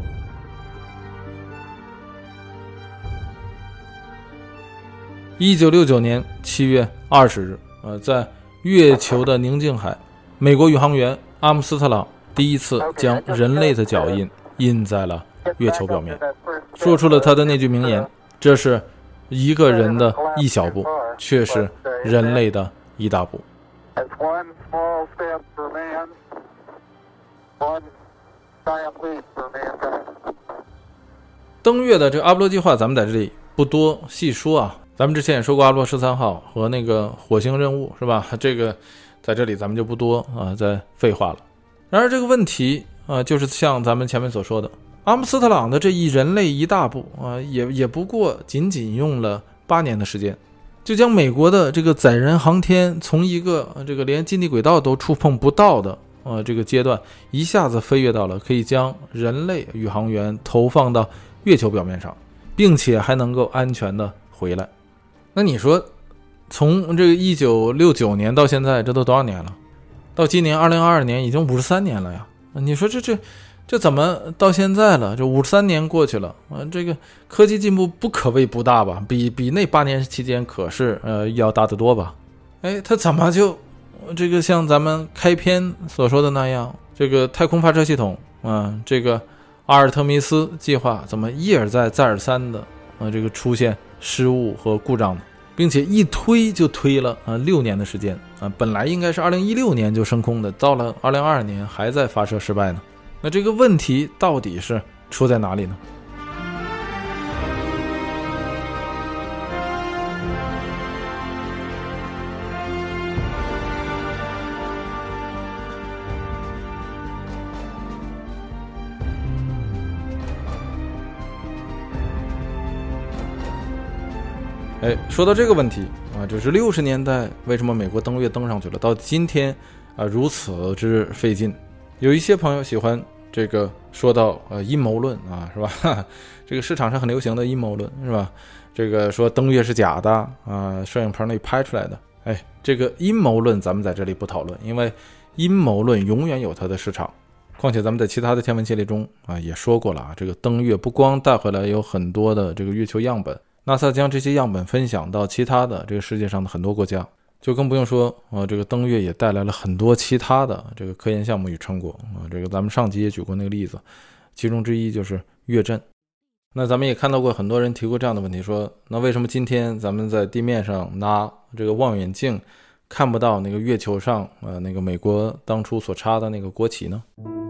Speaker 1: 一九六九年七月二十日，呃，在月球的宁静海，美国宇航员阿姆斯特朗第一次将人类的脚印印在了月球表面，说出了他的那句名言：“这是一个人的一小步，却是人类的一大步。”登月的这个阿波罗计划，咱们在这里不多细说啊。咱们之前也说过阿波罗十三号和那个火星任务，是吧？这个在这里咱们就不多啊再废话了。然而这个问题啊，就是像咱们前面所说的，阿姆斯特朗的这一人类一大步啊，也也不过仅仅用了八年的时间，就将美国的这个载人航天从一个这个连近地轨道都触碰不到的呃这个阶段，一下子飞跃到了可以将人类宇航员投放到月球表面上，并且还能够安全的回来。那你说从这个一九六九年到现在，这都多少年了？到今年二零二二年已经五十三年了呀。你说这这这怎么到现在了？这五十三年过去了，呃，这个科技进步不可谓不大吧？比比那八年期间可是呃要大得多吧？哎，它怎么就这个像咱们开篇所说的那样，这个太空发射系统啊、呃，这个阿尔特弥斯计划怎么一而再再而三的啊、呃、这个出现失误和故障呢？并且一推就推了啊六年的时间啊，本来应该是二零一六年就升空的，到了二零二二年还在发射失败呢。那这个问题到底是出在哪里呢？哎，说到这个问题啊，就是六十年代为什么美国登月登上去了，到今天啊如此之费劲？有一些朋友喜欢这个说到呃阴谋论啊，是吧？哈哈，这个市场上很流行的阴谋论是吧？这个说登月是假的啊，摄影棚里拍出来的。哎，这个阴谋论咱们在这里不讨论，因为阴谋论永远有它的市场。况且咱们在其他的天文系列中啊也说过了啊，这个登月不光带回来有很多的这个月球样本。NASA 将这些样本分享到其他的这个世界上的很多国家，就更不用说呃，这个登月也带来了很多其他的这个科研项目与成果啊。这个咱们上集也举过那个例子，其中之一就是月震。那咱们也看到过很多人提过这样的问题，说那为什么今天咱们在地面上拿这个望远镜看不到那个月球上呃那个美国当初所插的那个国旗呢？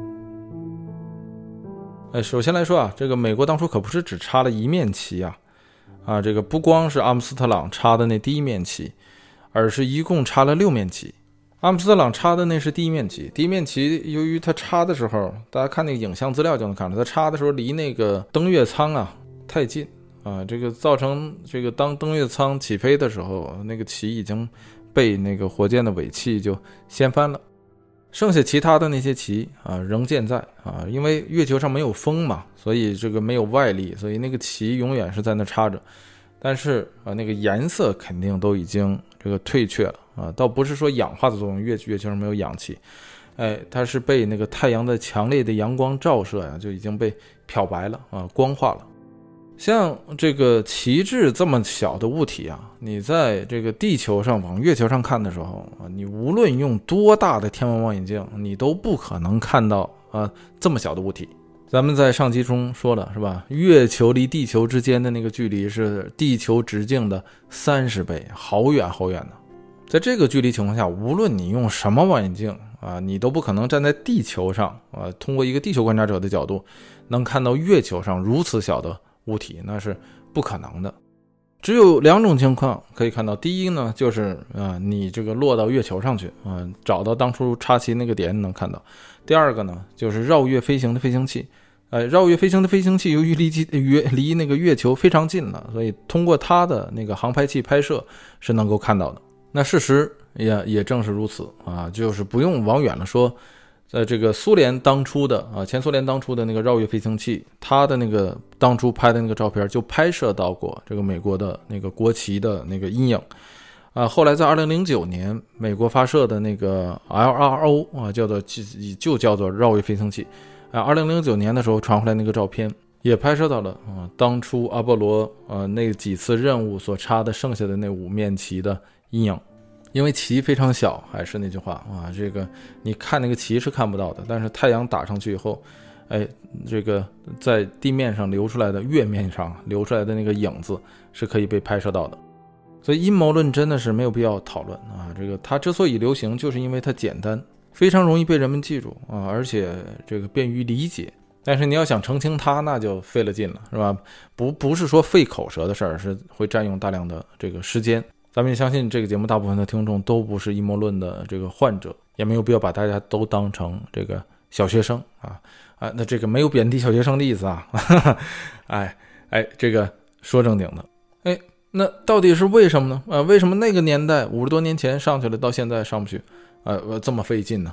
Speaker 1: 哎，首先来说啊，这个美国当初可不是只插了一面旗啊。啊，这个不光是阿姆斯特朗插的那第一面旗，而是一共插了六面旗。阿姆斯特朗插的那是第一面旗，第一面旗由于他插的时候，大家看那个影像资料就能看出，他插的时候离那个登月舱啊太近啊，这个造成这个当登月舱起飞的时候，那个旗已经被那个火箭的尾气就掀翻了。剩下其他的那些旗啊仍健在啊，因为月球上没有风嘛，所以这个没有外力，所以那个旗永远是在那插着。但是啊，那个颜色肯定都已经这个退却了啊，倒不是说氧化的作用，月月球上没有氧气，哎，它是被那个太阳的强烈的阳光照射呀，就已经被漂白了啊，光化了。像这个旗帜这么小的物体啊，你在这个地球上往月球上看的时候啊，你无论用多大的天文望远镜，你都不可能看到啊这么小的物体。咱们在上集中说了是吧？月球离地球之间的那个距离是地球直径的三十倍，好远好远呢。在这个距离情况下，无论你用什么望远镜啊，你都不可能站在地球上啊，通过一个地球观察者的角度，能看到月球上如此小的物体，那是不可能的。只有两种情况可以看到，第一呢，就是啊，你这个落到月球上去啊，找到当初插旗那个点能看到。第二个呢，就是绕月飞行的飞行器。呃，绕月飞行的飞行器由于离月离那个月球非常近了，所以通过它的那个航拍器拍摄是能够看到的。那事实也也正是如此啊，就是不用往远了说，在这个苏联当初的啊，前苏联当初的那个绕月飞行器，它的那个当初拍的那个照片就拍摄到过这个美国的那个国旗的那个阴影。啊，后来在二零零九年，美国发射的那个 L R O 啊，叫做就叫做绕月飞行器。啊，二零零九年的时候传回来那个照片，也拍摄到了啊，当初阿波罗呃那几次任务所插的剩下的那五面旗的阴影。因为旗非常小，还是那句话啊，这个你看那个旗是看不到的，但是太阳打上去以后，哎，这个在地面上流出来的月面上流出来的那个影子是可以被拍摄到的。所以阴谋论真的是没有必要讨论啊，这个它之所以流行，就是因为它简单，非常容易被人们记住啊，而且这个便于理解。但是你要想澄清它，那就费了劲了，是吧？不不是说费口舌的事儿，是会占用大量的这个时间。咱们也相信这个节目大部分的听众都不是阴谋论的这个患者，也没有必要把大家都当成这个小学生啊啊！那这个没有贬低小学生的意思啊，哎哎，这个说正经的，哎，那到底是为什么呢？啊，为什么那个年代五十多年前上去了，到现在上不去，呃，这么费劲呢？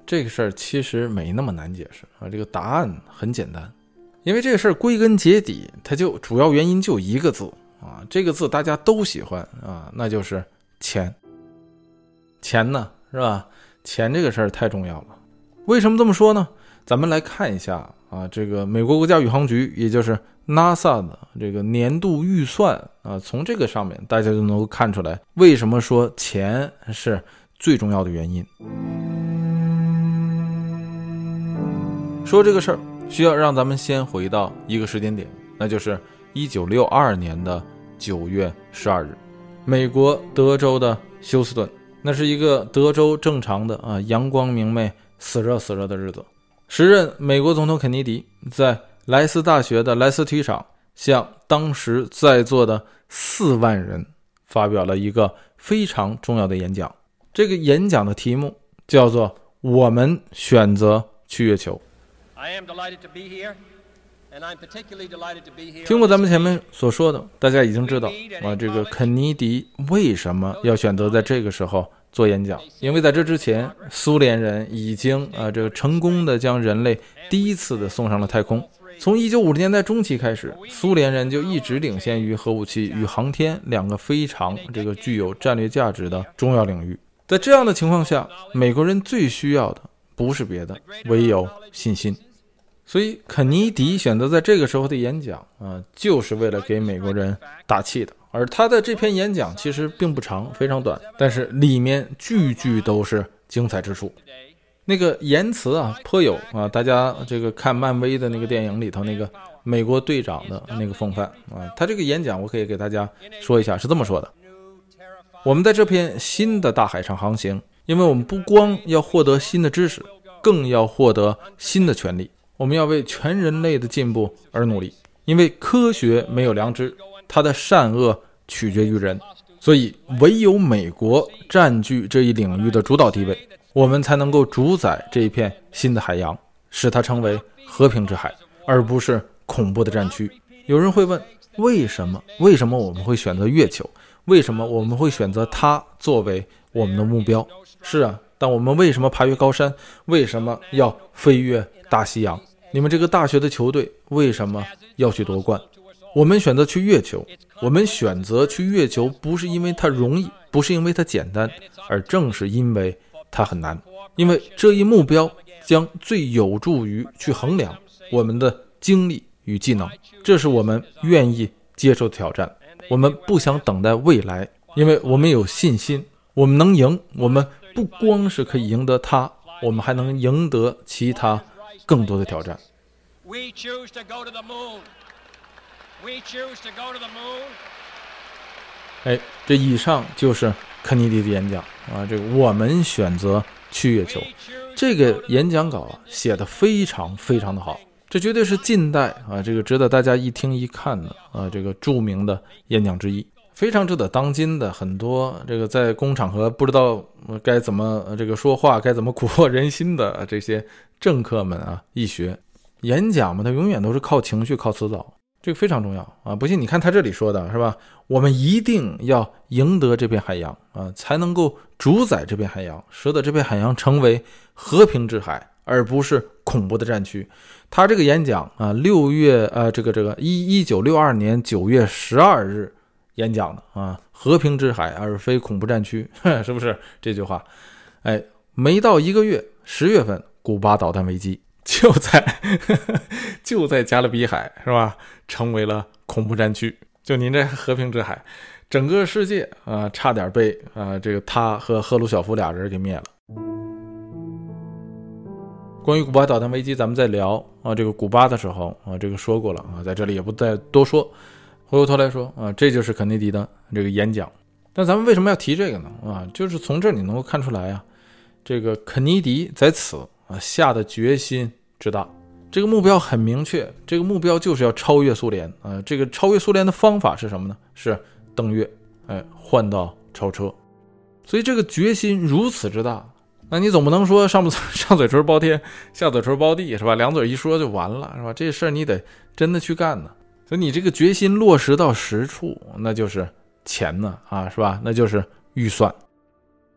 Speaker 1: 这个事儿其实没那么难解释啊，这个答案很简单，因为这个事儿归根结底，它就主要原因就一个字啊，这个字大家都喜欢啊，那就是钱。钱呢，是吧？钱这个事儿太重要了。为什么这么说呢？咱们来看一下啊，这个美国国家宇航局，也就是 NASA 的这个年度预算啊，从这个上面大家就能够看出来，为什么说钱是最重要的原因。说这个事儿需要让咱们先回到一个时间点，那就是一九六二年的九月十二日，美国德州的休斯顿，那是一个德州正常的啊阳光明媚、死热死热的日子。时任美国总统肯尼迪在莱斯大学的莱斯体育场向当时在座的四万人发表了一个非常重要的演讲。这个演讲的题目叫做《我们选择去月球》。听过咱们前面所说的，大家已经知道啊，这个肯尼迪为什么要选择在这个时候做演讲？因为在这之前，苏联人已经啊这个成功的将人类第一次的送上了太空。从一九五零年代中期开始，苏联人就一直领先于核武器与航天两个非常这个具有战略价值的重要领域。在这样的情况下，美国人最需要的不是别的，唯有信心。所以肯尼迪选择在这个时候的演讲啊，就是为了给美国人打气的。而他的这篇演讲其实并不长，非常短，但是里面句句都是精彩之处。那个言辞啊颇有啊，大家这个看漫威的那个电影里头那个美国队长的那个风范啊，他这个演讲我可以给大家说一下，是这么说的：我们在这片新的大海上航行，因为我们不光要获得新的知识，更要获得新的权利。我们要为全人类的进步而努力，因为科学没有良知，它的善恶取决于人，所以唯有美国占据这一领域的主导地位，我们才能够主宰这一片新的海洋，使它成为和平之海，而不是恐怖的战区。有人会问，为什么为什么我们会选择月球？为什么我们会选择它作为我们的目标？是啊，但我们为什么爬越高山？为什么要飞越大西洋？你们这个大学的球队为什么要去夺冠？我们选择去月球，我们选择去月球不是因为它容易，不是因为它简单，而正是因为它很难。因为这一目标将最有助于去衡量我们的精力与技能，这是我们愿意接受的挑战。我们不想等待未来，因为我们有信心，我们能赢。我们不光是可以赢得它，我们还能赢得其他更多的挑战。
Speaker 3: We choose to go to the moon. We choose to go to the moon.
Speaker 1: 哎，这以上就是肯尼迪的演讲啊。这个我们选择去月球，这个演讲稿啊写得非常非常的好，这绝对是近代啊这个值得大家一听一看的啊这个著名的演讲之一，非常值得当今的很多这个在公场合不知道该怎么这个说话，该怎么蛊惑人心的这些政客们啊一学。演讲嘛，它永远都是靠情绪，靠词藻，这个非常重要啊！不信你看他这里说的是吧？我们一定要赢得这片海洋啊，才能够主宰这片海洋，使得这片海洋成为和平之海，而不是恐怖的战区。他这个演讲啊，六月呃，这个这个一一九六二年九月十二日演讲的啊，和平之海而非恐怖战区，是不是这句话？哎，没到一个月，十月份，古巴导弹危机。就在呵呵就在加勒比海是吧，成为了恐怖战区。就您这和平之海，整个世界啊、呃，差点被啊、呃、这个他和赫鲁晓夫俩人给灭了。关于古巴导弹危机，咱们在聊啊这个古巴的时候啊，这个说过了啊，在这里也不再多说。回过头来说啊，这就是肯尼迪的这个演讲。但咱们为什么要提这个呢？啊，就是从这里能够看出来啊，这个肯尼迪在此。啊，下的决心之大，这个目标很明确，这个目标就是要超越苏联啊。这个超越苏联的方法是什么呢？是登月，哎，换道超车。所以这个决心如此之大，那你总不能说上不上嘴唇包天，下嘴唇包地是吧？两嘴一说就完了是吧？这事儿你得真的去干呢。所以你这个决心落实到实处，那就是钱呢啊，是吧？那就是预算。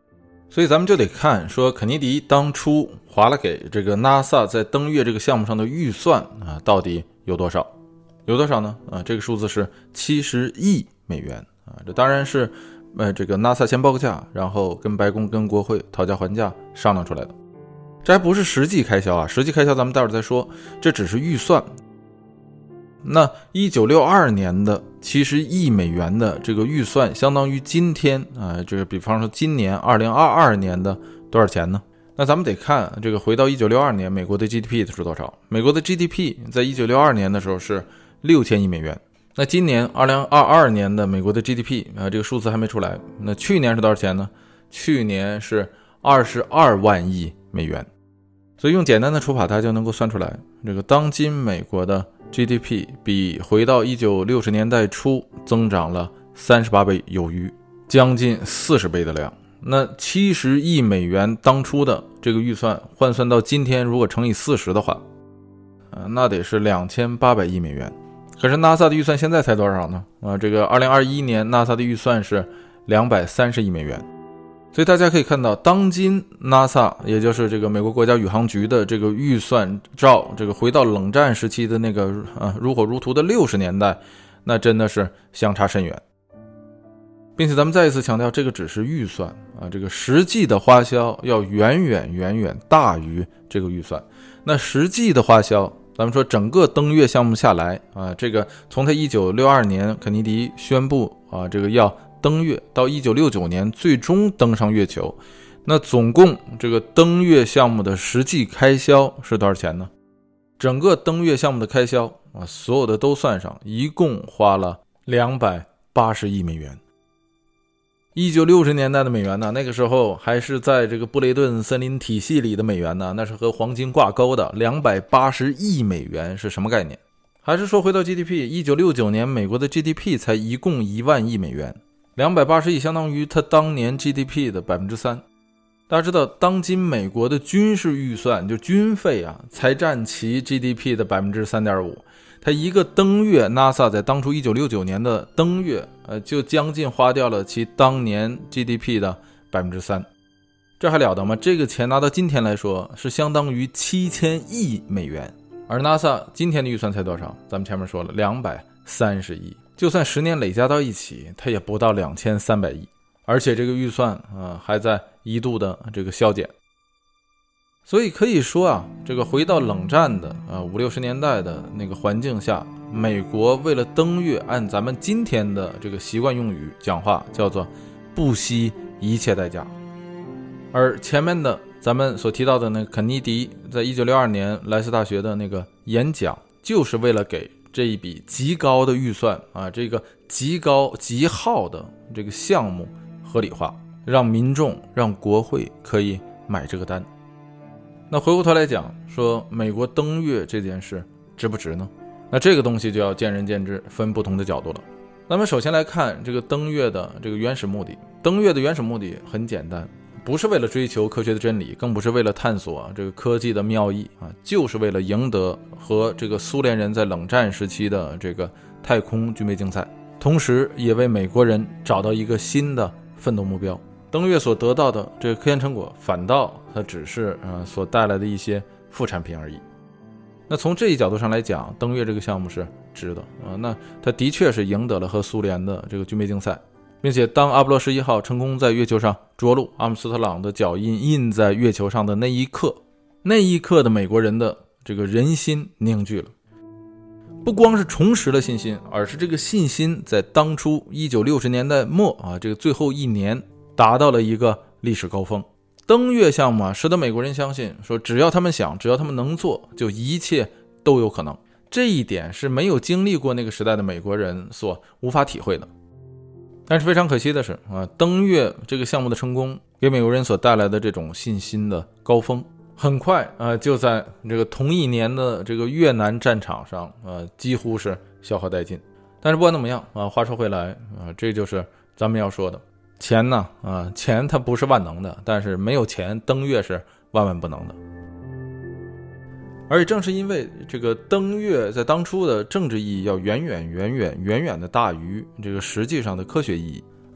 Speaker 1: 所以咱们就得看说肯尼迪当初划了给这个 NASA 在登月这个项目上的预算啊，到底有多少？有多少呢？啊，这个数字是七十亿美元啊，这当然是呃这个 NASA 先报个价，然后跟白宫跟国会讨价还价商量出来的。这还不是实际开销啊，实际开销咱们待会儿再说，这只是预算。那一九六二年的七十亿美元的这个预算，相当于今天啊，这个比方说今年二零二二年的多少钱呢？那咱们得看这个回到一九六二年，美国的 G D P 是多少？美国的 G D P 在一九六二年的时候是六千亿美元。那今年二零二二年的美国的 G D P 啊，这个数字还没出来。那去年是多少钱呢？去年是二十二万亿美元。所以用简单的除法，大家就能够算出来，这个当今美国的 G D P 比回到一九六十年代初增长了三十八倍有余，将近四十倍的量。那七十亿美元当初的这个预算换算到今天，如果乘以四十的话，呃，那得是两千八百亿美元。可是 NASA 的预算现在才多少呢？啊，这个二零二一年 NASA 的预算是两百三十亿美元。所以大家可以看到，当今 NASA 也就是这个美国国家宇航局的这个预算，照这个回到冷战时期的那个啊如火如荼的六十年代，那真的是相差甚远。并且咱们再一次强调，这个只是预算啊，这个实际的花销要远远远远大于这个预算。那实际的花销，咱们说整个登月项目下来啊，这个从他一九六二年肯尼迪宣布啊，这个要登月到一九六九年最终登上月球，那总共这个登月项目的实际开销是多少钱呢？整个登月项目的开销啊，所有的都算上，一共花了两百八十亿美元。一九六十年代的美元呢，那个时候还是在这个布雷顿森林体系里的美元呢，那是和黄金挂钩的。两百八十亿美元是什么概念？还是说回到 G D P， 一九六九年美国的 G D P 才一共一万亿美元，两百八十亿相当于它当年 G D P 的 百分之三。 大家知道当今美国的军事预算就军费啊，才占其 G D P 的 百分之三点五。 它一个登月 NASA 在当初一九六九年的登月呃，就将近花掉了其当年 G D P 的 百分之三。 这还了得吗？这个钱拿到今天来说是相当于七千亿美元。而 NASA 今天的预算才多少？咱们前面说了两百三十亿，就算十年累加到一起，它也不到两千三百亿，而且这个预算啊、呃、还在一度的这个削减。所以可以说啊，这个回到冷战的啊五六十年代的那个环境下，美国为了登月，按咱们今天的这个习惯用语讲话，叫做不惜一切代价。而前面的咱们所提到的那个肯尼迪在一九六二年莱斯大学的那个演讲，就是为了给这一笔极高的预算啊，这个极高极耗的这个项目合理化，让民众让国会可以买这个单。那回过头来讲说美国登月这件事值不值呢？那这个东西就要见仁见智，分不同的角度了。那么首先来看这个登月的这个原始目的。登月的原始目的很简单，不是为了追求科学的真理，更不是为了探索这个科技的妙意啊，就是为了赢得和这个苏联人在冷战时期的这个太空军备竞赛，同时也为美国人找到一个新的奋斗目标。登月所得到的这个科研成果，反倒它只是呃所带来的一些副产品而已。那从这一角度上来讲，登月这个项目是值的啊、呃，那它的确是赢得了和苏联的这个军备竞赛，并且当阿波罗十一号成功在月球上着陆，阿姆斯特朗的脚印印在月球上的那一刻，那一刻的美国人的这个人心凝聚了。不光是重拾了信心，而是这个信心在当初一九六十年代末啊，这个最后一年达到了一个历史高峰。登月项目啊，使得美国人相信说，只要他们想，只要他们能做，就一切都有可能。这一点是没有经历过那个时代的美国人所无法体会的。但是非常可惜的是啊，登月这个项目的成功给美国人所带来的这种信心的高峰，很快啊就在这个同一年的这个越南战场上啊几乎是消耗殆尽。但是不管怎么样啊，话说回来啊，这就是咱们要说的。钱呢啊，钱它不是万能的，但是没有钱登月是万万不能的。而且正是因为这个登月在当初的政治意义要远远远远远远的大于这个实际上的科学意义，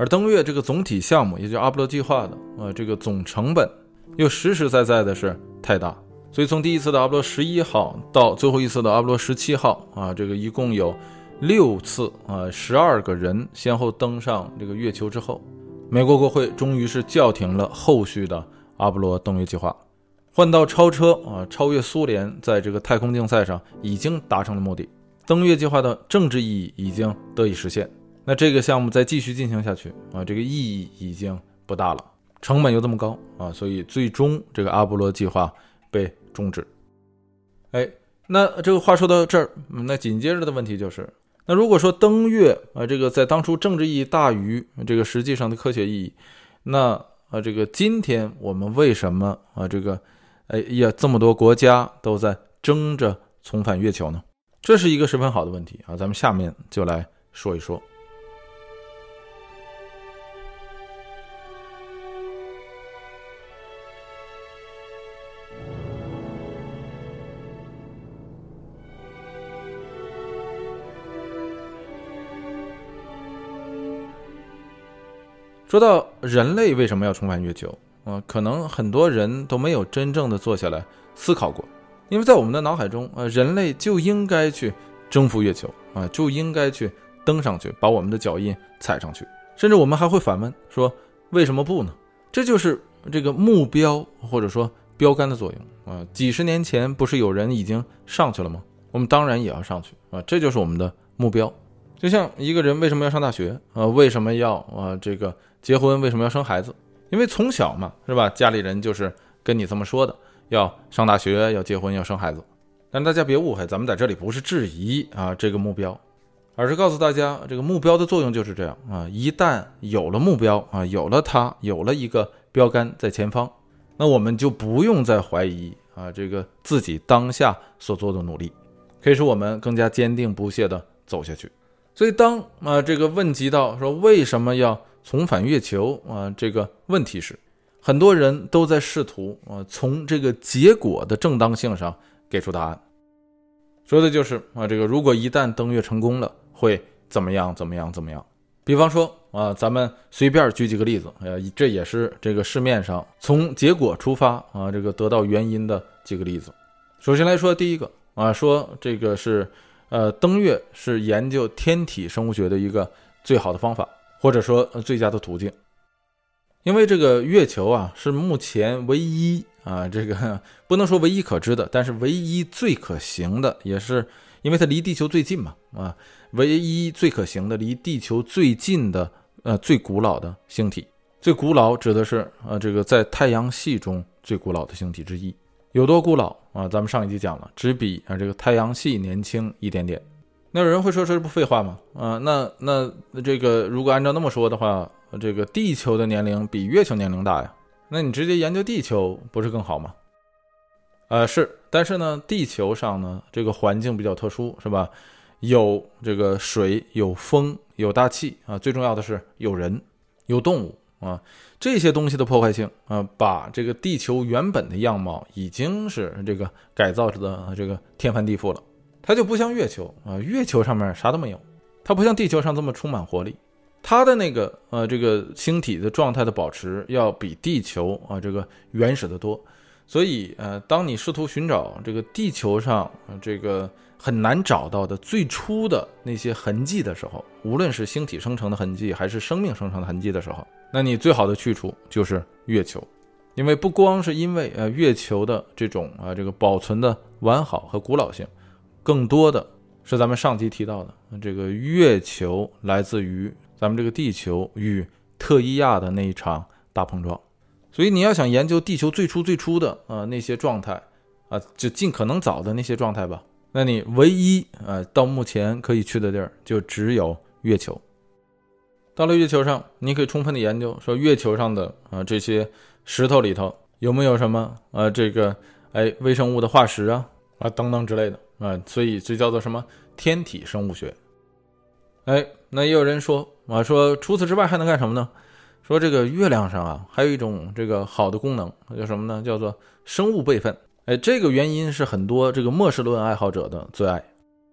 Speaker 1: 而登月这个总体项目，也就是阿波罗计划的呃这个总成本又实实在在的是太大。所以从第一次的阿波罗十一号到最后一次的阿波罗十七号啊，这个一共有六次啊，十二个人先后登上这个月球之后，美国国会终于是叫停了后续的阿波罗登月计划。换道超车啊，超越苏联在这个太空竞赛上已经达成了目的，登月计划的政治意义已经得以实现。那这个项目再继续进行下去啊，这个意义已经不大了，成本又这么高啊，所以最终这个阿波罗计划被终止。哎，那这个话说到这儿，那紧接着的问题就是，那如果说登月啊，这个在当初政治意义大于这个实际上的科学意义，那啊，这个今天我们为什么啊，这个哎呀，这么多国家都在争着重返月球呢？这是一个十分好的问题啊，咱们下面就来说一说。说到人类为什么要重返月球啊、呃，可能很多人都没有真正的坐下来思考过，因为在我们的脑海中，呃，人类就应该去征服月球啊、呃，就应该去登上去，把我们的脚印踩上去，甚至我们还会反问说，为什么不呢？这就是这个目标或者说标杆的作用啊、呃。几十年前不是有人已经上去了吗？我们当然也要上去啊、呃，这就是我们的目标。就像一个人为什么要上大学啊、呃？为什么要啊、呃、这个结婚？为什么要生孩子？因为从小嘛，是吧？家里人就是跟你这么说的，要上大学，要结婚，要生孩子。但大家别误会，咱们在这里不是质疑啊这个目标，而是告诉大家，这个目标的作用就是这样啊。一旦有了目标啊，有了它，有了一个标杆在前方，那我们就不用再怀疑啊这个自己当下所做的努力，可以使我们更加坚定不懈地走下去。所以当啊这个问及到说为什么要重返月球啊这个问题时，很多人都在试图啊从这个结果的正当性上给出答案，说的就是啊这个如果一旦登月成功了，会怎么样怎么样怎么样。比方说啊咱们随便举几个例子，呃这也是这个市面上从结果出发啊这个得到原因的几个例子。首先来说第一个啊说这个是呃，登月是研究天体生物学的一个最好的方法，或者说最佳的途径。因为这个月球啊是目前唯一啊这个不能说唯一可知的，但是唯一最可行的，也是因为它离地球最近嘛啊，唯一最可行的离地球最近的呃最古老的星体。最古老指的是呃这个在太阳系中最古老的星体之一。有多古老啊？咱们上一集讲了，只比啊这个太阳系年轻一点点。那有人会说这不废话吗？啊，那那这个如果按照那么说的话，这个地球的年龄比月球年龄大呀？那你直接研究地球不是更好吗？呃，是，但是呢，地球上呢这个环境比较特殊，是吧？有这个水，有风，有大气啊，最重要的是有人，有动物。啊，这些东西的破坏性啊，把这个地球原本的样貌已经是这个改造的这个天翻地覆了。它就不像月球啊，月球上面啥都没有，它不像地球上这么充满活力。它的那个呃这个星体的状态的保持要比地球啊这个原始的多。所以呃，当你试图寻找这个地球上、呃、这个很难找到的最初的那些痕迹的时候，无论是星体生成的痕迹还是生命生成的痕迹的时候，那你最好的去处就是月球。因为不光是因为呃月球的这种啊、呃、这个保存的完好和古老性，更多的是咱们上集提到的这个月球来自于咱们这个地球与特伊亚的那一场大碰撞。所以你要想研究地球最初最初的啊、呃、那些状态啊、呃，就尽可能早的那些状态吧，那你唯一呃到目前可以去的地儿就只有月球。到了月球上，你可以充分的研究说月球上的啊、呃、这些石头里头有没有什么呃这个哎微生物的化石啊啊等等之类的啊、呃，所以这叫做什么天体生物学。哎，那也有人说啊说除此之外还能干什么呢？说这个月亮上啊还有一种这个好的功能叫什么呢？叫做生物备份。哎，这个原因是很多这个末世论爱好者的最爱。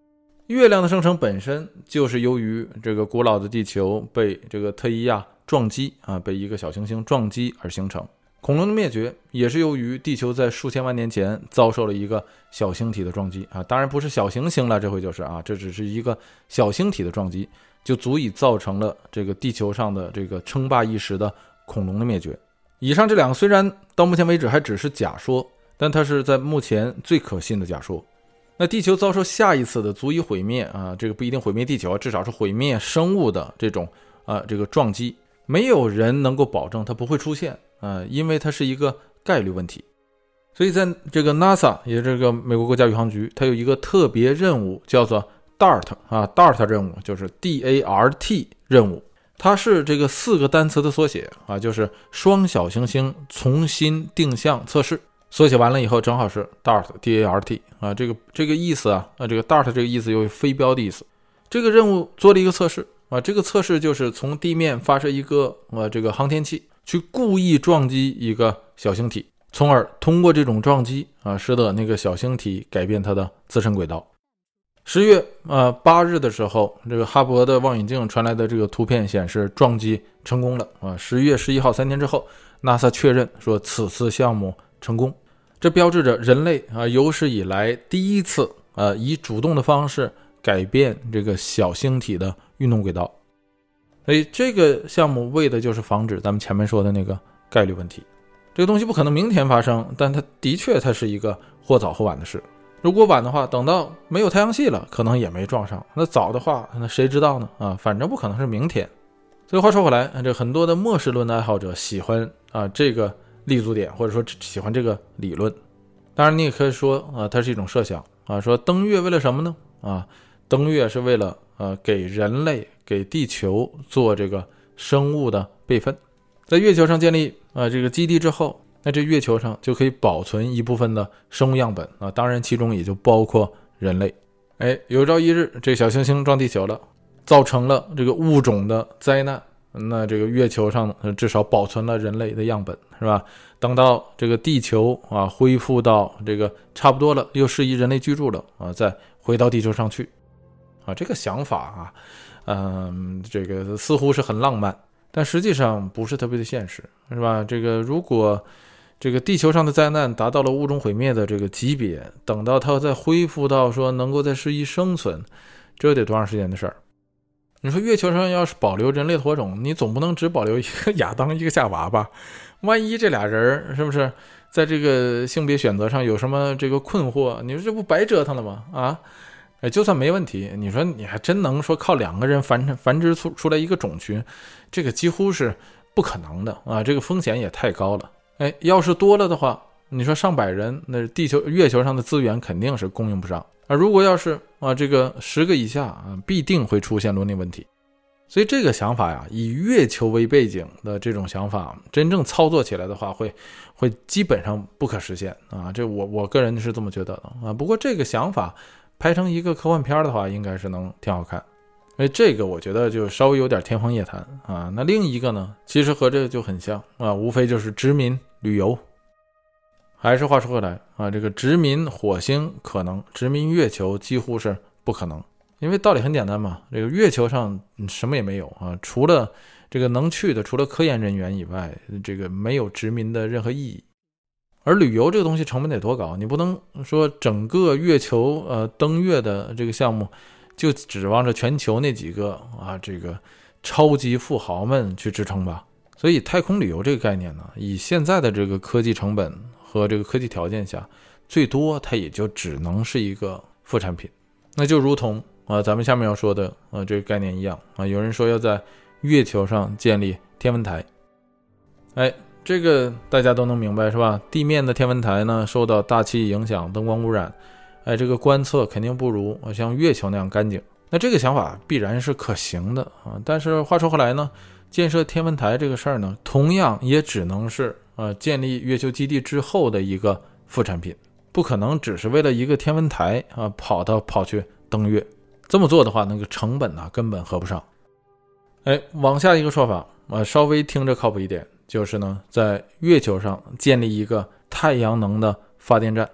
Speaker 1: 月亮的生成本身就是由于这个古老的地球被这个特伊亚撞击啊，被一个小行星撞击而形成。恐龙的灭绝也是由于地球在数千万年前遭受了一个小星体的撞击啊，当然不是小行星了，这回就是啊，这只是一个小星体的撞击，就足以造成了这个地球上的这个称霸一时的恐龙的灭绝。以上这两个虽然到目前为止还只是假说，但它是在目前最可信的假说。那地球遭受下一次的足以毁灭啊，这个不一定毁灭地球，至少是毁灭生物的这种啊这个撞击，没有人能够保证它不会出现啊，因为它是一个概率问题。所以在这个 NASA 也是这个美国国家宇航局，它有一个特别任务叫做 D A R T 啊 D A R T 任务，就是 D A R T 任务，它是这个四个单词的缩写啊，就是双小行星重新定向测试。缩写完了以后正好是 D A R T D A R T 啊，这个这个意思啊，啊这个 D A R T 这个意思有飞镖的意思。这个任务做了一个测试啊，这个测试就是从地面发射一个呃这个航天器去故意撞击一个小星体，从而通过这种撞击啊，使得那个小星体改变它的自身轨道。十月呃八日的时候，这个哈勃的望远镜传来的这个图片显示撞击成功了啊。十月十一号，三天之后 ，NASA 确认说此次项目成功，这标志着人类啊有史以来第一次呃以主动的方式改变这个小星体的运动轨道。所以这个项目为的就是防止咱们前面说的那个概率问题。这个东西不可能明天发生，但它的确它是一个或早或晚的事。如果晚的话，等到没有太阳系了，可能也没撞上；那早的话，那谁知道呢？啊，反正不可能是明天。所以话说回来，这很多的末世论的爱好者喜欢啊这个立足点，或者说喜欢这个理论。当然你也可以说啊它是一种设想啊，说登月为了什么呢？啊登月是为了呃给人类给地球做这个生物的备份。在月球上建立啊这个基地之后，那这月球上就可以保存一部分的生物样本啊，当然其中也就包括人类。哎，有朝一日这小行星撞地球了，造成了这个物种的灾难，那这个月球上至少保存了人类的样本，是吧？等到这个地球啊恢复到这个差不多了，又适宜人类居住了啊，再回到地球上去啊，这个想法啊，嗯，这个似乎是很浪漫，但实际上不是特别的现实，是吧？这个如果这个地球上的灾难达到了物种毁灭的这个级别，等到它再恢复到说能够再适宜生存，这得多长时间的事儿？你说月球上要是保留人类的火种，你总不能只保留一个亚当一个夏娃吧？万一这俩人是不是在这个性别选择上有什么这个困惑，你说这不白折腾了吗？啊，哎，就算没问题，你说你还真能说靠两个人繁繁殖出出来一个种群，这个几乎是不可能的啊，这个风险也太高了。哎，要是多了的话，你说上百人，那地球月球上的资源肯定是供应不上。而如果要是啊这个十个以下啊，必定会出现伦理问题。所以这个想法呀，以月球为背景的这种想法，真正操作起来的话，会会基本上不可实现啊。这我我个人是这么觉得的啊。不过这个想法拍成一个科幻片的话，应该是能挺好看。所以这个我觉得就稍微有点天方夜谭啊。那另一个呢，其实和这个就很像啊，无非就是殖民旅游。还是话说回来啊，这个殖民火星可能，殖民月球几乎是不可能，因为道理很简单嘛，这个月球上什么也没有啊，除了这个能去的，除了科研人员以外，这个没有殖民的任何意义。而旅游这个东西成本得多高，你不能说整个月球呃登月的这个项目就指望着全球那几个啊这个超级富豪们去支撑吧。所以太空旅游这个概念呢，以现在的这个科技成本和这个科技条件下，最多它也就只能是一个副产品。那就如同啊咱们下面要说的啊这个概念一样啊，有人说要在月球上建立天文台。哎，这个大家都能明白是吧？地面的天文台呢受到大气影响、灯光污染，哎，这个观测肯定不如像月球那样干净。那这个想法必然是可行的啊，但是话说回来呢，建设天文台这个事儿呢，同样也只能是呃建立月球基地之后的一个副产品，不可能只是为了一个天文台啊跑到跑去登月。这么做的话，那个成本呢根本合不上。哎，往下一个说法啊，稍微听着靠谱一点，就是呢，在月球上建立一个太阳能的发电站。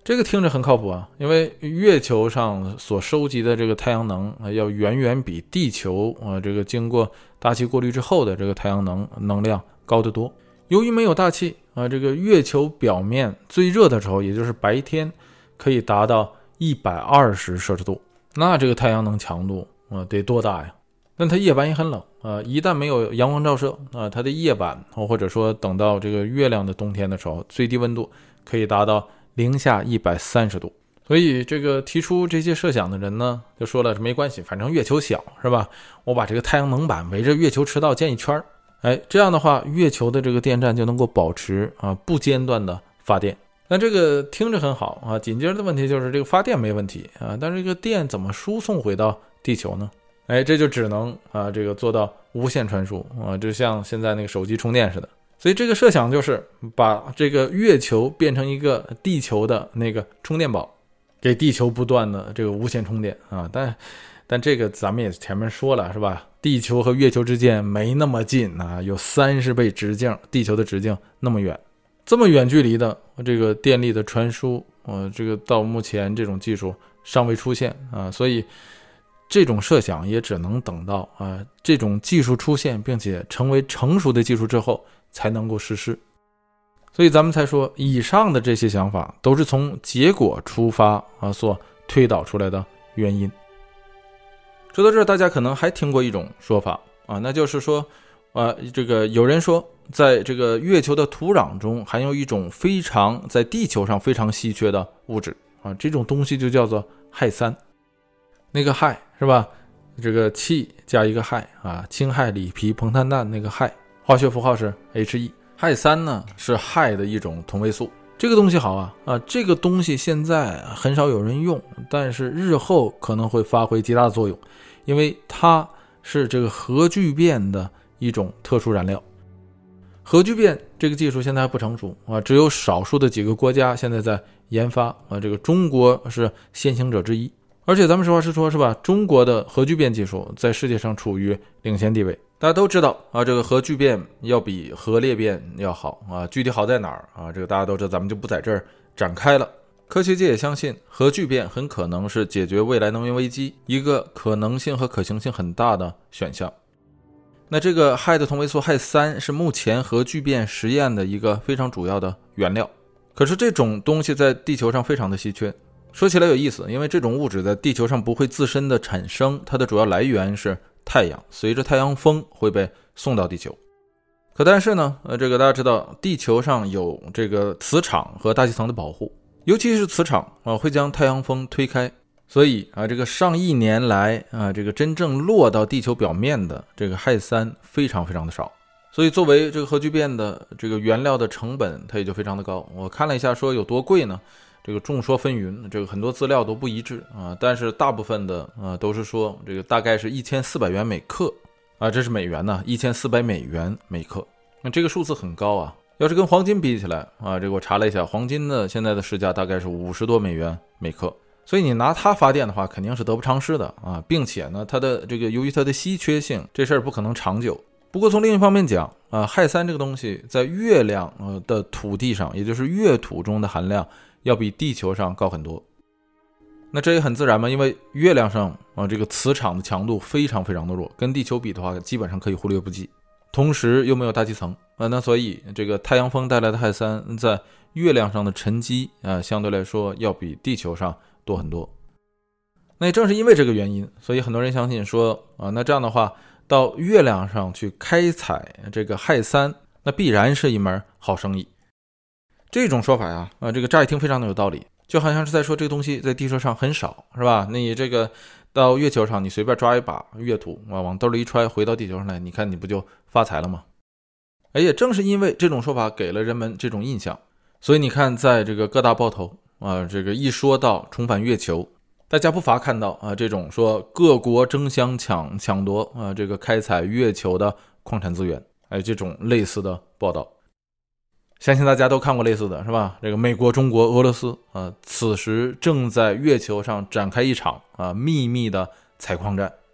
Speaker 1: 这个听着很靠谱啊，因为月球上所收集的这个太阳能要远远比地球啊这个经过大气过滤之后的这个太阳能能量高得多。由于没有大气啊，这个月球表面最热的时候，也就是白天，可以达到一百二十摄氏度，那这个太阳能强度啊得多大呀？但它夜晚也很冷啊，一旦没有阳光照射啊，它的夜晚或者说等到这个月亮的冬天的时候，最低温度可以达到零下一百三十度。所以这个提出这些设想的人呢，就说了没关系，反正月球小是吧？我把这个太阳能板围着月球赤道建一圈，哎，这样的话，月球的这个电站就能够保持啊不间断的发电。那这个听着很好啊，紧接着的问题就是这个发电没问题啊，但是这个电怎么输送回到地球呢？哎，这就只能啊这个做到无线传输啊，就像现在那个手机充电似的。所以这个设想就是把这个月球变成一个地球的那个充电宝，给地球不断的这个无线充电啊。但但这个咱们也前面说了是吧？地球和月球之间没那么近啊，有三十倍直径，地球的直径那么远，这么远距离的这个电力的传输，呃，这个到目前这种技术尚未出现啊，所以这种设想也只能等到啊这种技术出现并且成为成熟的技术之后才能够实施。所以咱们才说以上的这些想法都是从结果出发啊所推导出来的原因。说到这儿，大家可能还听过一种说法啊，那就是说啊这个有人说在这个月球的土壤中含有一种非常在地球上非常稀缺的物质啊，这种东西就叫做氦三。那个氦是吧？这个气加一个氦啊，氢氦锂铍硼碳氮那个氦，化学符号是 H E。氦三呢是氦的一种同位素。这个东西好啊啊，这个东西现在很少有人用，但是日后可能会发挥极大的作用，因为它是这个核聚变的一种特殊燃料。核聚变这个技术现在还不成熟啊，只有少数的几个国家现在在研发啊，这个中国是先行者之一。而且咱们实话实说是吧，中国的核聚变技术在世界上处于领先地位。大家都知道啊，这个核聚变要比核裂变要好啊，具体好在哪儿啊？这个大家都知道，咱们就不在这儿展开了。科学界也相信，核聚变很可能是解决未来能源危机一个可能性和可行性很大的选项。那这个氦的同位素氦三是目前核聚变实验的一个非常主要的原料，可是这种东西在地球上非常的稀缺。说起来有意思，因为这种物质在地球上不会自身的产生，它的主要来源是太阳，随着太阳风会被送到地球。可但是呢，呃，这个大家知道，地球上有这个磁场和大气层的保护，尤其是磁场啊，会将太阳风推开，所以啊，这个上亿年来啊，这个真正落到地球表面的这个氦三非常非常的少，所以作为这个核聚变的这个原料的成本，它也就非常的高。我看了一下，说有多贵呢？这个众说纷纭，这个很多资料都不一致啊，但是大部分的啊都是说这个大概是一千四百元每克啊，这是美元呢，一千四百美元每克。那这个数字很高啊，要是跟黄金比起来啊，这个我查了一下，黄金呢现在的市价大概是五十多美元每克，所以你拿它发电的话，肯定是得不偿失的啊，并且呢，它的这个由于它的稀缺性，这事儿不可能长久。不过从另一方面讲啊，氦三这个东西在月亮呃的土地上，也就是月土中的含量要比地球上高很多。那这也很自然嘛，因为月亮上啊这个磁场的强度非常非常的弱，跟地球比的话基本上可以忽略不计，同时又没有大气层啊，那所以这个太阳风带来的氦三在月亮上的沉积啊相对来说要比地球上多很多。那也正是因为这个原因，所以很多人相信说啊，那这样的话到月亮上去开采这个氦三，那必然是一门好生意。这种说法呀，啊，这个乍一听非常的有道理，就好像是在说这个东西在地球上很少，是吧？那你这个到月球上，你随便抓一把月土啊，往兜里一揣，回到地球上来，你看你不就发财了吗？哎，也正是因为这种说法给了人们这种印象，所以你看，在这个各大报头啊，这个一说到重返月球，大家不乏看到啊这种说各国争相抢抢夺啊这个开采月球的矿产资源，哎，这种类似的报道。相信大家都看过类似的是吧？这个美国、中国、俄罗斯啊，此时正在月球上展开一场啊秘密的采矿战，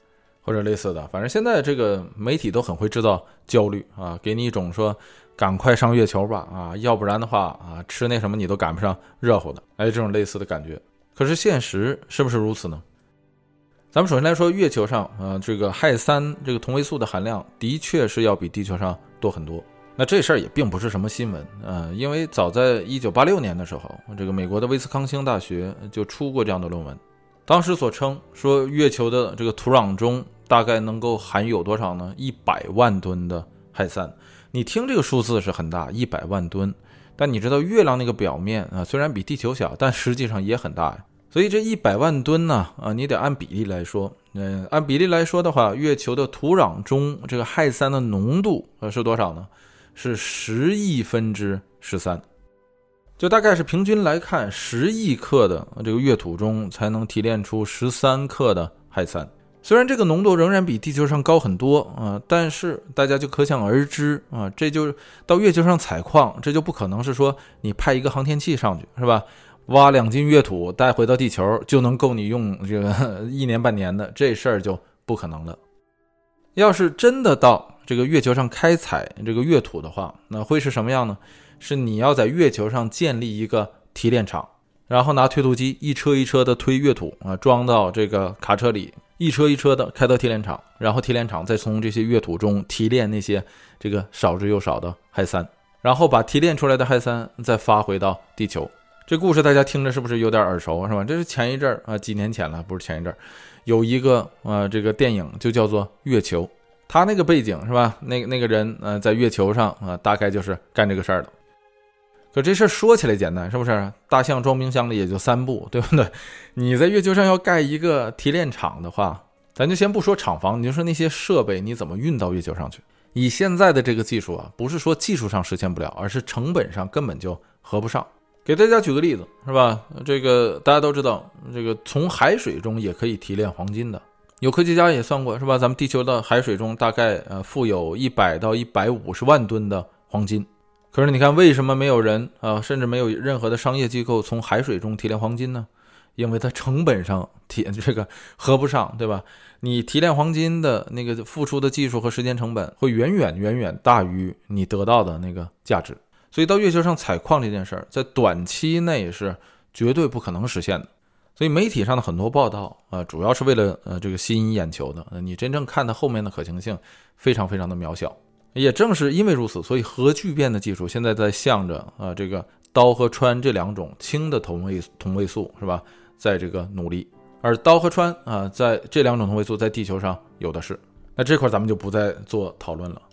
Speaker 1: 或者类似的。反正现在这个媒体都很会制造焦虑啊，给你一种说赶快上月球吧啊，要不然的话啊，吃那什么你都赶不上热乎的，哎，这种类似的感觉。可是现实是不是如此呢？咱们首先来说，月球上呃这个氦三这个同位素的含量的确是要比地球上多很多。那这事儿也并不是什么新闻，呃，因为早在一九八六年的时候，这个美国的威斯康星大学就出过这样的论文。当时所称说，月球的这个土壤中大概能够含有多少呢？一百万吨的氦三。你听这个数字是很大，一百万吨，但你知道月亮那个表面啊，虽然比地球小，但实际上也很大呀。所以这一百万吨呢，啊，你得按比例来说，嗯、呃，按比例来说的话，月球的土壤中这个氦三的浓度呃是多少呢？是十亿分之十三，就大概是平均来看，十亿克的这个月土中才能提炼出十三克的氦三。虽然这个浓度仍然比地球上高很多啊、呃，但是大家就可想而知啊、呃，这就到月球上采矿，这就不可能是说你派一个航天器上去是吧？挖两斤月土带回到地球就能够你用这个一年半年的，这事儿就不可能了。要是真的到这个月球上开采这个月土的话，那会是什么样呢？是你要在月球上建立一个提炼厂，然后拿推土机一车一车的推月土啊，装到这个卡车里，一车一车的开到提炼厂，然后提炼厂再从这些月土中提炼那些这个少之又少的氦三，然后把提炼出来的氦三再发回到地球。这故事大家听着是不是有点耳熟，是吧？这是前一阵儿啊，几年前了，不是前一阵儿，有一个呃这个电影就叫做《月球》。他那个背景是吧？那个那个人呃，在月球上啊、呃，大概就是干这个事儿的。可这事儿说起来简单，是不是？大象装冰箱里也就三步，对不对？你在月球上要盖一个提炼厂的话，咱就先不说厂房，你就说那些设备你怎么运到月球上去？以现在的这个技术啊，不是说技术上实现不了，而是成本上根本就合不上。给大家举个例子，是吧？这个大家都知道，这个从海水中也可以提炼黄金的。有科学家也算过，是吧？咱们地球的海水中大概呃富有一百到一百五十万吨的黄金。可是你看，为什么没有人啊、呃，甚至没有任何的商业机构从海水中提炼黄金呢？因为它成本上提这个合不上，对吧？你提炼黄金的那个付出的技术和时间成本会远远远远大于你得到的那个价值。所以到月球上采矿这件事儿，在短期内是绝对不可能实现的。所以媒体上的很多报道啊、呃，主要是为了呃这个吸引眼球的，呃，你真正看它后面的可行性非常非常的渺小。也正是因为如此，所以核聚变的技术现在在向着啊、呃、这个氘和氚这两种氢的同位同位素是吧，在这个努力。而氘和氚啊、呃，在这两种同位素在地球上有的是。那这块咱们就不再做讨论了。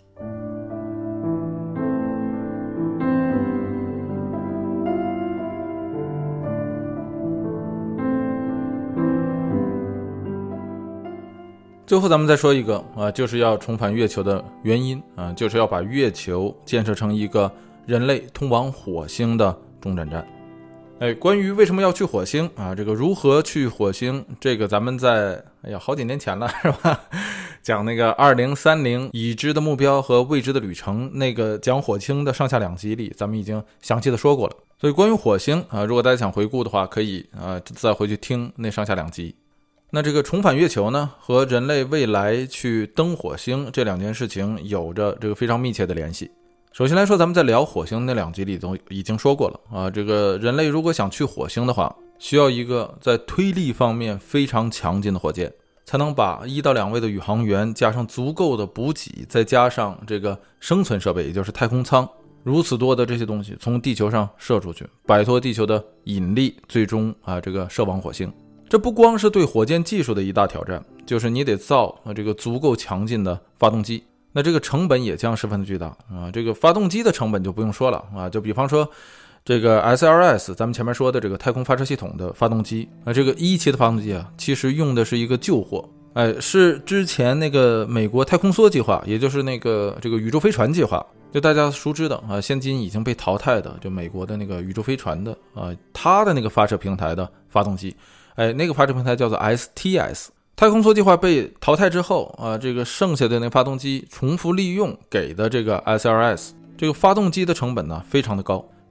Speaker 1: 最后咱们再说一个啊，就是要重返月球的原因啊，就是要把月球建设成一个人类通往火星的中转站。哎，关于为什么要去火星啊，这个如何去火星，这个咱们在哎呀好几年前了是吧？讲那个二零三零已知的目标和未知的旅程，那个讲火星的上下两集里，咱们已经详细的说过了。所以关于火星啊，如果大家想回顾的话，可以啊再回去听那上下两集。那这个重返月球呢，和人类未来去登火星这两件事情有着这个非常密切的联系。首先来说，咱们在聊火星那两集里都已经说过了啊，这个人类如果想去火星的话，需要一个在推力方面非常强劲的火箭，才能把一到两位的宇航员加上足够的补给，再加上这个生存设备，也就是太空舱，如此多的这些东西从地球上射出去，摆脱地球的引力，最终啊这个射往火星。这不光是对火箭技术的一大挑战，就是你得造这个足够强劲的发动机，那这个成本也将十分的巨大啊。这个发动机的成本就不用说了啊，就比方说这个 S L S 咱们前面说的这个太空发射系统的发动机啊，这个一期的发动机啊，其实用的是一个旧货，哎，是之前那个美国太空梭计划，也就是那个这个宇宙飞船计划，就大家熟知的啊，现今已经被淘汰的，就美国的那个宇宙飞船的啊，它的那个发射平台的发动机。哎，那个发射平台叫做 S T S。 太空梭计划被淘汰之后啊，这个剩下的那个发动机重复利用给的这个 S L S， 这个发动机的成本呢非常的高，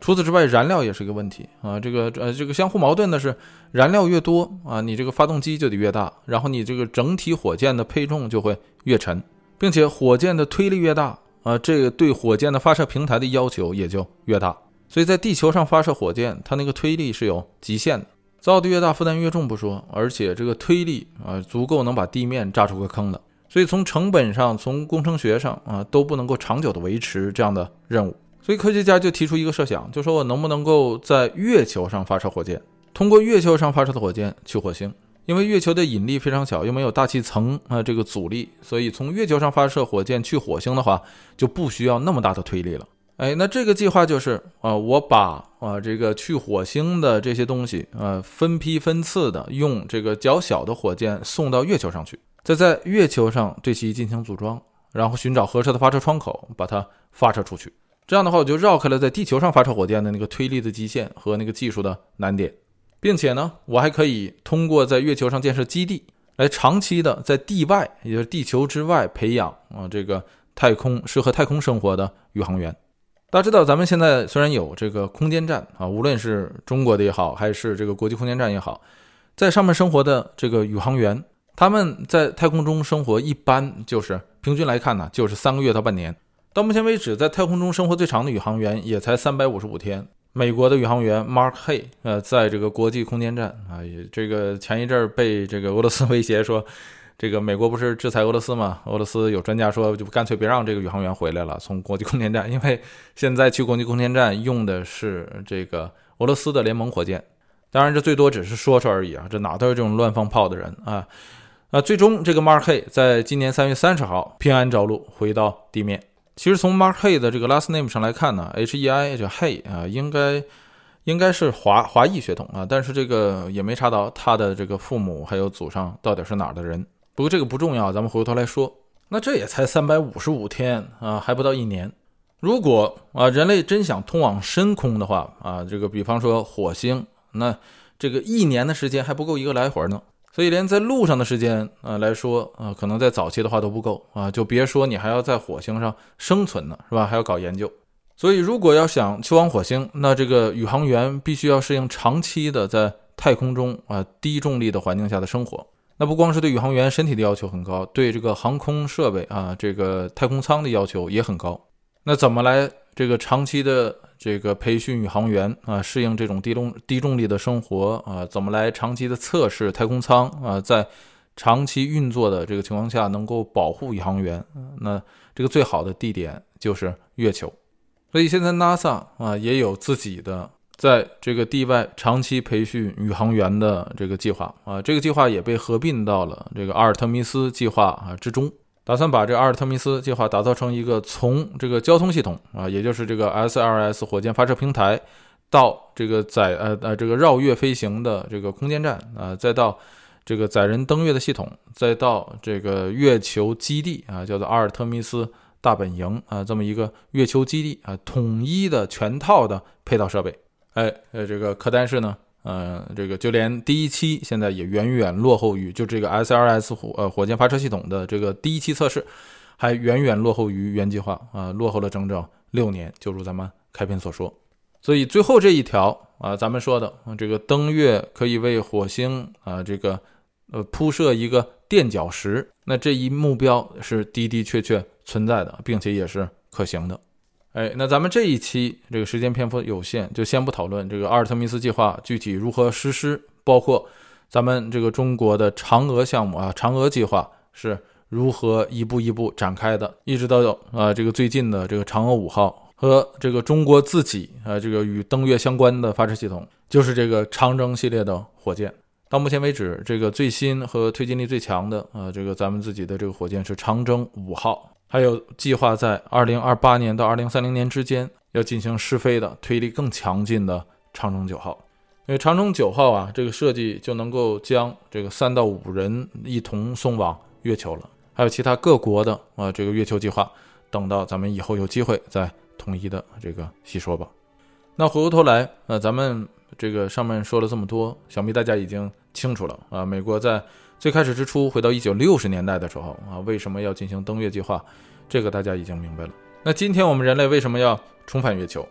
Speaker 1: 除此之外，燃料也是一个问题啊。这个呃，这个相互矛盾的是，燃料越多啊，你这个发动机就得越大，然后你这个整体火箭的配重就会越沉，并且火箭的推力越大啊，这个对火箭的发射平台的要求也就越大。所以在地球上发射火箭，它那个推力是有极限的，造的越大，负担越重不说，而且这个推力啊足够能把地面炸出个坑的。所以从成本上，从工程学上啊，都不能够长久的维持这样的任务。所以科学家就提出一个设想，就说我能不能够在月球上发射火箭，通过月球上发射的火箭去火星。因为月球的引力非常小，又没有大气层啊这个阻力，所以从月球上发射火箭去火星的话，就不需要那么大的推力了。哎，那这个计划就是啊，我把啊这个去火星的这些东西啊分批分次的用这个较小的火箭送到月球上去，再在月球上对其进行组装，然后寻找合适的发射窗口，把它发射出去。这样的话，我就绕开了在地球上发射火箭的那个推力的极限和那个技术的难点，并且呢，我还可以通过在月球上建设基地，来长期的在地外，也就是地球之外培养啊这个太空适合太空生活的宇航员。大家知道，咱们现在虽然有这个空间站啊，无论是中国的也好，还是这个国际空间站也好，在上面生活的这个宇航员，他们在太空中生活一般就是平均来看呢，就是三个月到半年。到目前为止，在太空中生活最长的宇航员也才三百五十五天。美国的宇航员 Mark Hay， 呃，在这个国际空间站啊，也这个前一阵被这个俄罗斯威胁说，这个美国不是制裁俄罗斯吗？俄罗斯有专家说，就干脆别让这个宇航员回来了，从国际空间站，因为现在去国际空间站用的是这个俄罗斯的联盟火箭。当然，这最多只是说说而已啊，这哪都有这种乱放炮的人啊。啊，最终这个 Mark Hay 在今年三月三十号平安着陆回到地面。其实从 Mark Hay 的这个 last name 上来看呢 ，H E I 这 Hay 啊，应该应该是华华裔血统啊，但是这个也没查到他的这个父母还有祖上到底是哪儿的人。不过这个不重要，咱们回过头来说，那这也才三百五十五天啊，还不到一年。如果啊人类真想通往深空的话啊，这个比方说火星，那这个一年的时间还不够一个来回呢。所以连在路上的时间啊来说啊，可能在早期的话都不够啊，就别说你还要在火星上生存呢，是吧？还要搞研究。所以如果要想去往火星，那这个宇航员必须要适应长期的在太空中啊低重力的环境下的生活。那不光是对宇航员身体的要求很高，对这个航空设备啊这个太空舱的要求也很高。那怎么来这个长期的这个培训宇航员啊，适应这种低重低重力的生活啊，怎么来长期的测试太空舱啊，在长期运作的这个情况下能够保护宇航员？那这个最好的地点就是月球。所以现在 NASA 啊也有自己的在这个地外长期培训宇航员的这个计划啊，这个计划也被合并到了这个阿尔特弥斯计划啊之中。打算把这个阿尔特弥斯计划打造成一个从这个交通系统啊，也就是这个 S L S 火箭发射平台，到这个载呃呃这个绕月飞行的这个空间站啊，再到这个载人登月的系统，再到这个月球基地啊，叫做阿尔特弥斯大本营啊，这么一个月球基地啊，统一的全套的配套设备。哎呃这个可但是呢。呃，这个就连第一期现在也远远落后于，就这个 S L S 火呃火箭发射系统的这个第一期测试，还远远落后于原计划啊、呃，落后了整整六年，就如咱们开篇所说。所以最后这一条啊、呃，咱们说的这个登月可以为火星啊、呃、这个呃铺设一个垫脚石，那这一目标是的的确确存在的，并且也是可行的。哎，那咱们这一期这个时间篇幅有限，就先不讨论这个阿尔特弥斯计划具体如何实施，包括咱们这个中国的嫦娥项目啊，嫦娥计划是如何一步一步展开的，一直到啊这个最近的这个嫦娥五号和这个中国自己啊这个与登月相关的发射系统，就是这个长征系列的火箭。到目前为止，这个最新和推进力最强的啊这个咱们自己的这个火箭是长征五号。还有计划在二零二八年到二零三零年之间要进行试飞的推力更强劲的长征九号。因为长征九号啊，这个设计就能够将这个三到五人一同送往月球了。还有其他各国的啊这个月球计划，等到咱们以后有机会再统一的这个细说吧。那回过头来，呃，咱们这个上面说了这么多，想必大家已经清楚了啊。美国在最开始之初，回到一九六十年代的时候啊，为什么要进行登月计划？这个大家已经明白了。那今天我们人类为什么要重返月球？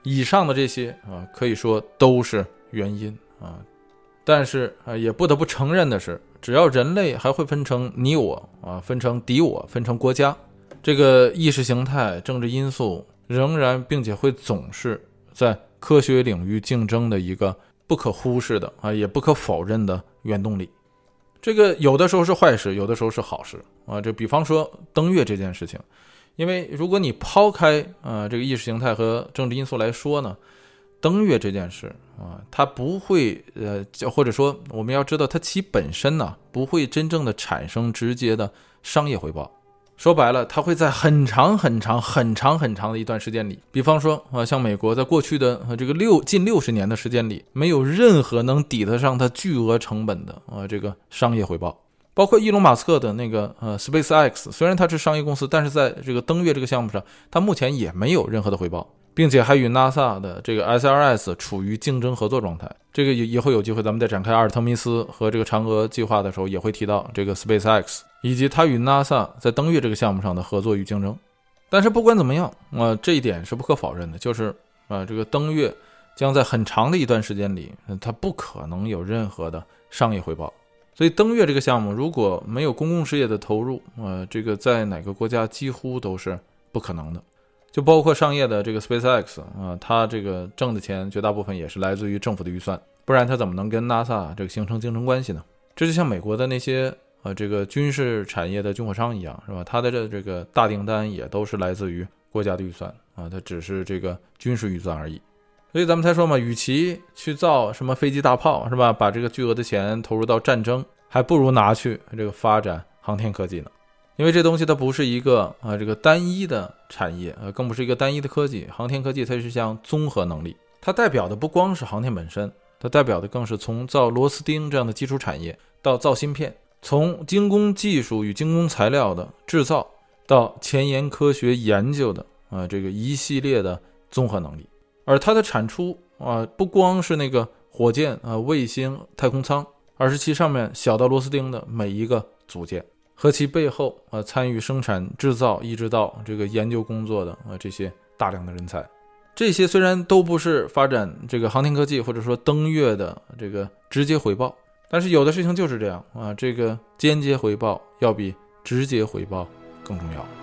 Speaker 1: 以上的这些啊，可以说都是原因啊。但是啊，也不得不承认的是，只要人类还会分成你我啊，分成敌我，分成国家，这个意识形态、政治因素仍然并且会总是在科学领域竞争的一个不可忽视的啊，也不可否认的原动力。这个有的时候是坏事，有的时候是好事啊。这比方说登月这件事情，因为如果你抛开呃这个意识形态和政治因素来说呢，登月这件事啊，它不会呃或者说我们要知道它其本身呢不会真正的产生直接的商业回报。说白了，它会在很长很长很长很长的一段时间里，比方说啊，像美国在过去的这个六近六十年的时间里，没有任何能抵得上它巨额成本的啊这个商业回报。包括伊隆马斯克的那个呃 SpaceX， 虽然它是商业公司，但是在这个登月这个项目上，它目前也没有任何的回报，并且还与 NASA 的这个 S L S 处于竞争合作状态。这个以后有机会咱们再展开阿尔特弥斯和这个嫦娥计划的时候，也会提到这个 SpaceX 以及它与 NASA 在登月这个项目上的合作与竞争。但是不管怎么样啊、呃，这一点是不可否认的，就是啊、呃，这个登月将在很长的一段时间里，它不可能有任何的商业回报。所以登月这个项目如果没有公共事业的投入，呃，这个在哪个国家几乎都是不可能的。就包括商业的这个 SpaceX 啊、呃，它这个挣的钱绝大部分也是来自于政府的预算，不然它怎么能跟 NASA 这个形成竞争关系呢？这就像美国的那些呃这个军事产业的军火商一样，是吧？它的这这个大订单也都是来自于国家的预算啊，它只是这个军事预算而已。所以咱们才说嘛，与其去造什么飞机大炮，是吧？把这个巨额的钱投入到战争，还不如拿去这个发展航天科技呢。因为这东西它不是一个啊这个单一的产业，呃，更不是一个单一的科技。航天科技它是项综合能力，它代表的不光是航天本身，它代表的更是从造螺丝钉这样的基础产业到造芯片，从精工技术与精工材料的制造到前沿科学研究的啊这个一系列的综合能力。而它的产出啊，不光是那个火箭啊、卫星、太空舱，而是其上面小到螺丝钉的每一个组件，和其背后啊参与生产、制造一直到这个研究工作的啊这些大量的人才。这些虽然都不是发展这个航天科技或者说登月的这个直接回报，但是有的事情就是这样啊，这个间接回报要比直接回报更重要。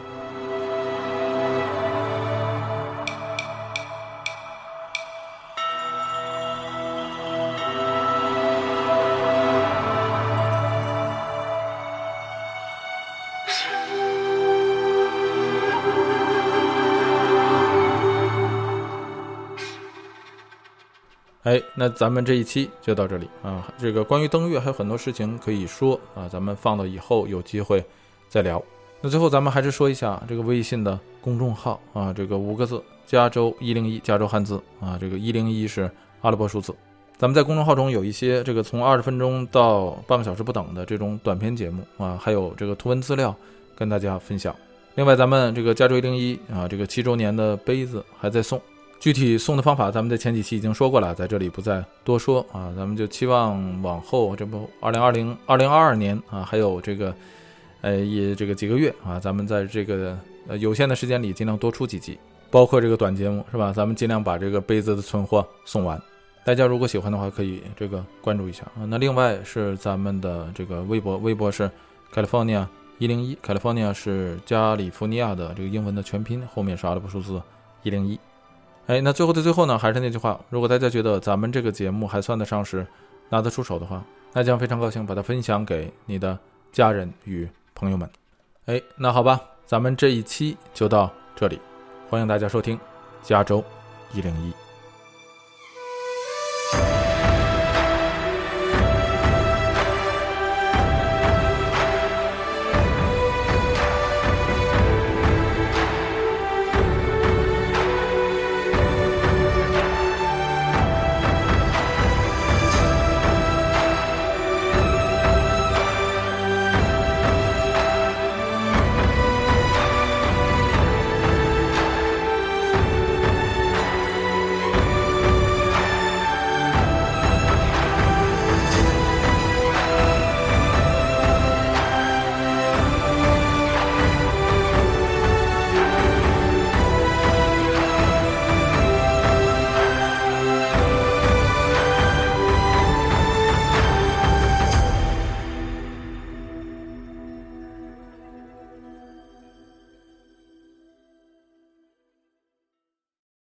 Speaker 1: 哎，那咱们这一期就到这里啊。这个关于登月还有很多事情可以说啊，咱们放到以后有机会再聊。那最后咱们还是说一下这个微信的公众号啊，这个五个字加州一零一，加州汉字啊，这个一零一是阿拉伯数字。咱们在公众号中有一些这个从二十分钟到半个小时不等的这种短篇节目啊，还有这个图文资料跟大家分享。另外咱们这个加州一零一啊，这个七周年的杯子还在送。具体送的方法咱们在前几期已经说过了，在这里不再多说啊。咱们就期望往后这不二零二零、二零二二年啊，还有这个呃也这个几个月啊，咱们在这个呃有限的时间里尽量多出几集，包括这个短节目是吧？咱们尽量把这个杯子的存货送完。大家如果喜欢的话，可以这个关注一下啊。那另外是咱们的这个微博，微博是 California 一零一 ，California 是加利福尼亚的这个英文的全拼，后面是阿拉伯数字一零一。哎，那最后的最后呢，还是那句话，如果大家觉得咱们这个节目还算得上是拿得出手的话，那将非常高兴把它分享给你的家人与朋友们。哎，那好吧，咱们这一期就到这里，欢迎大家收听加州一零一。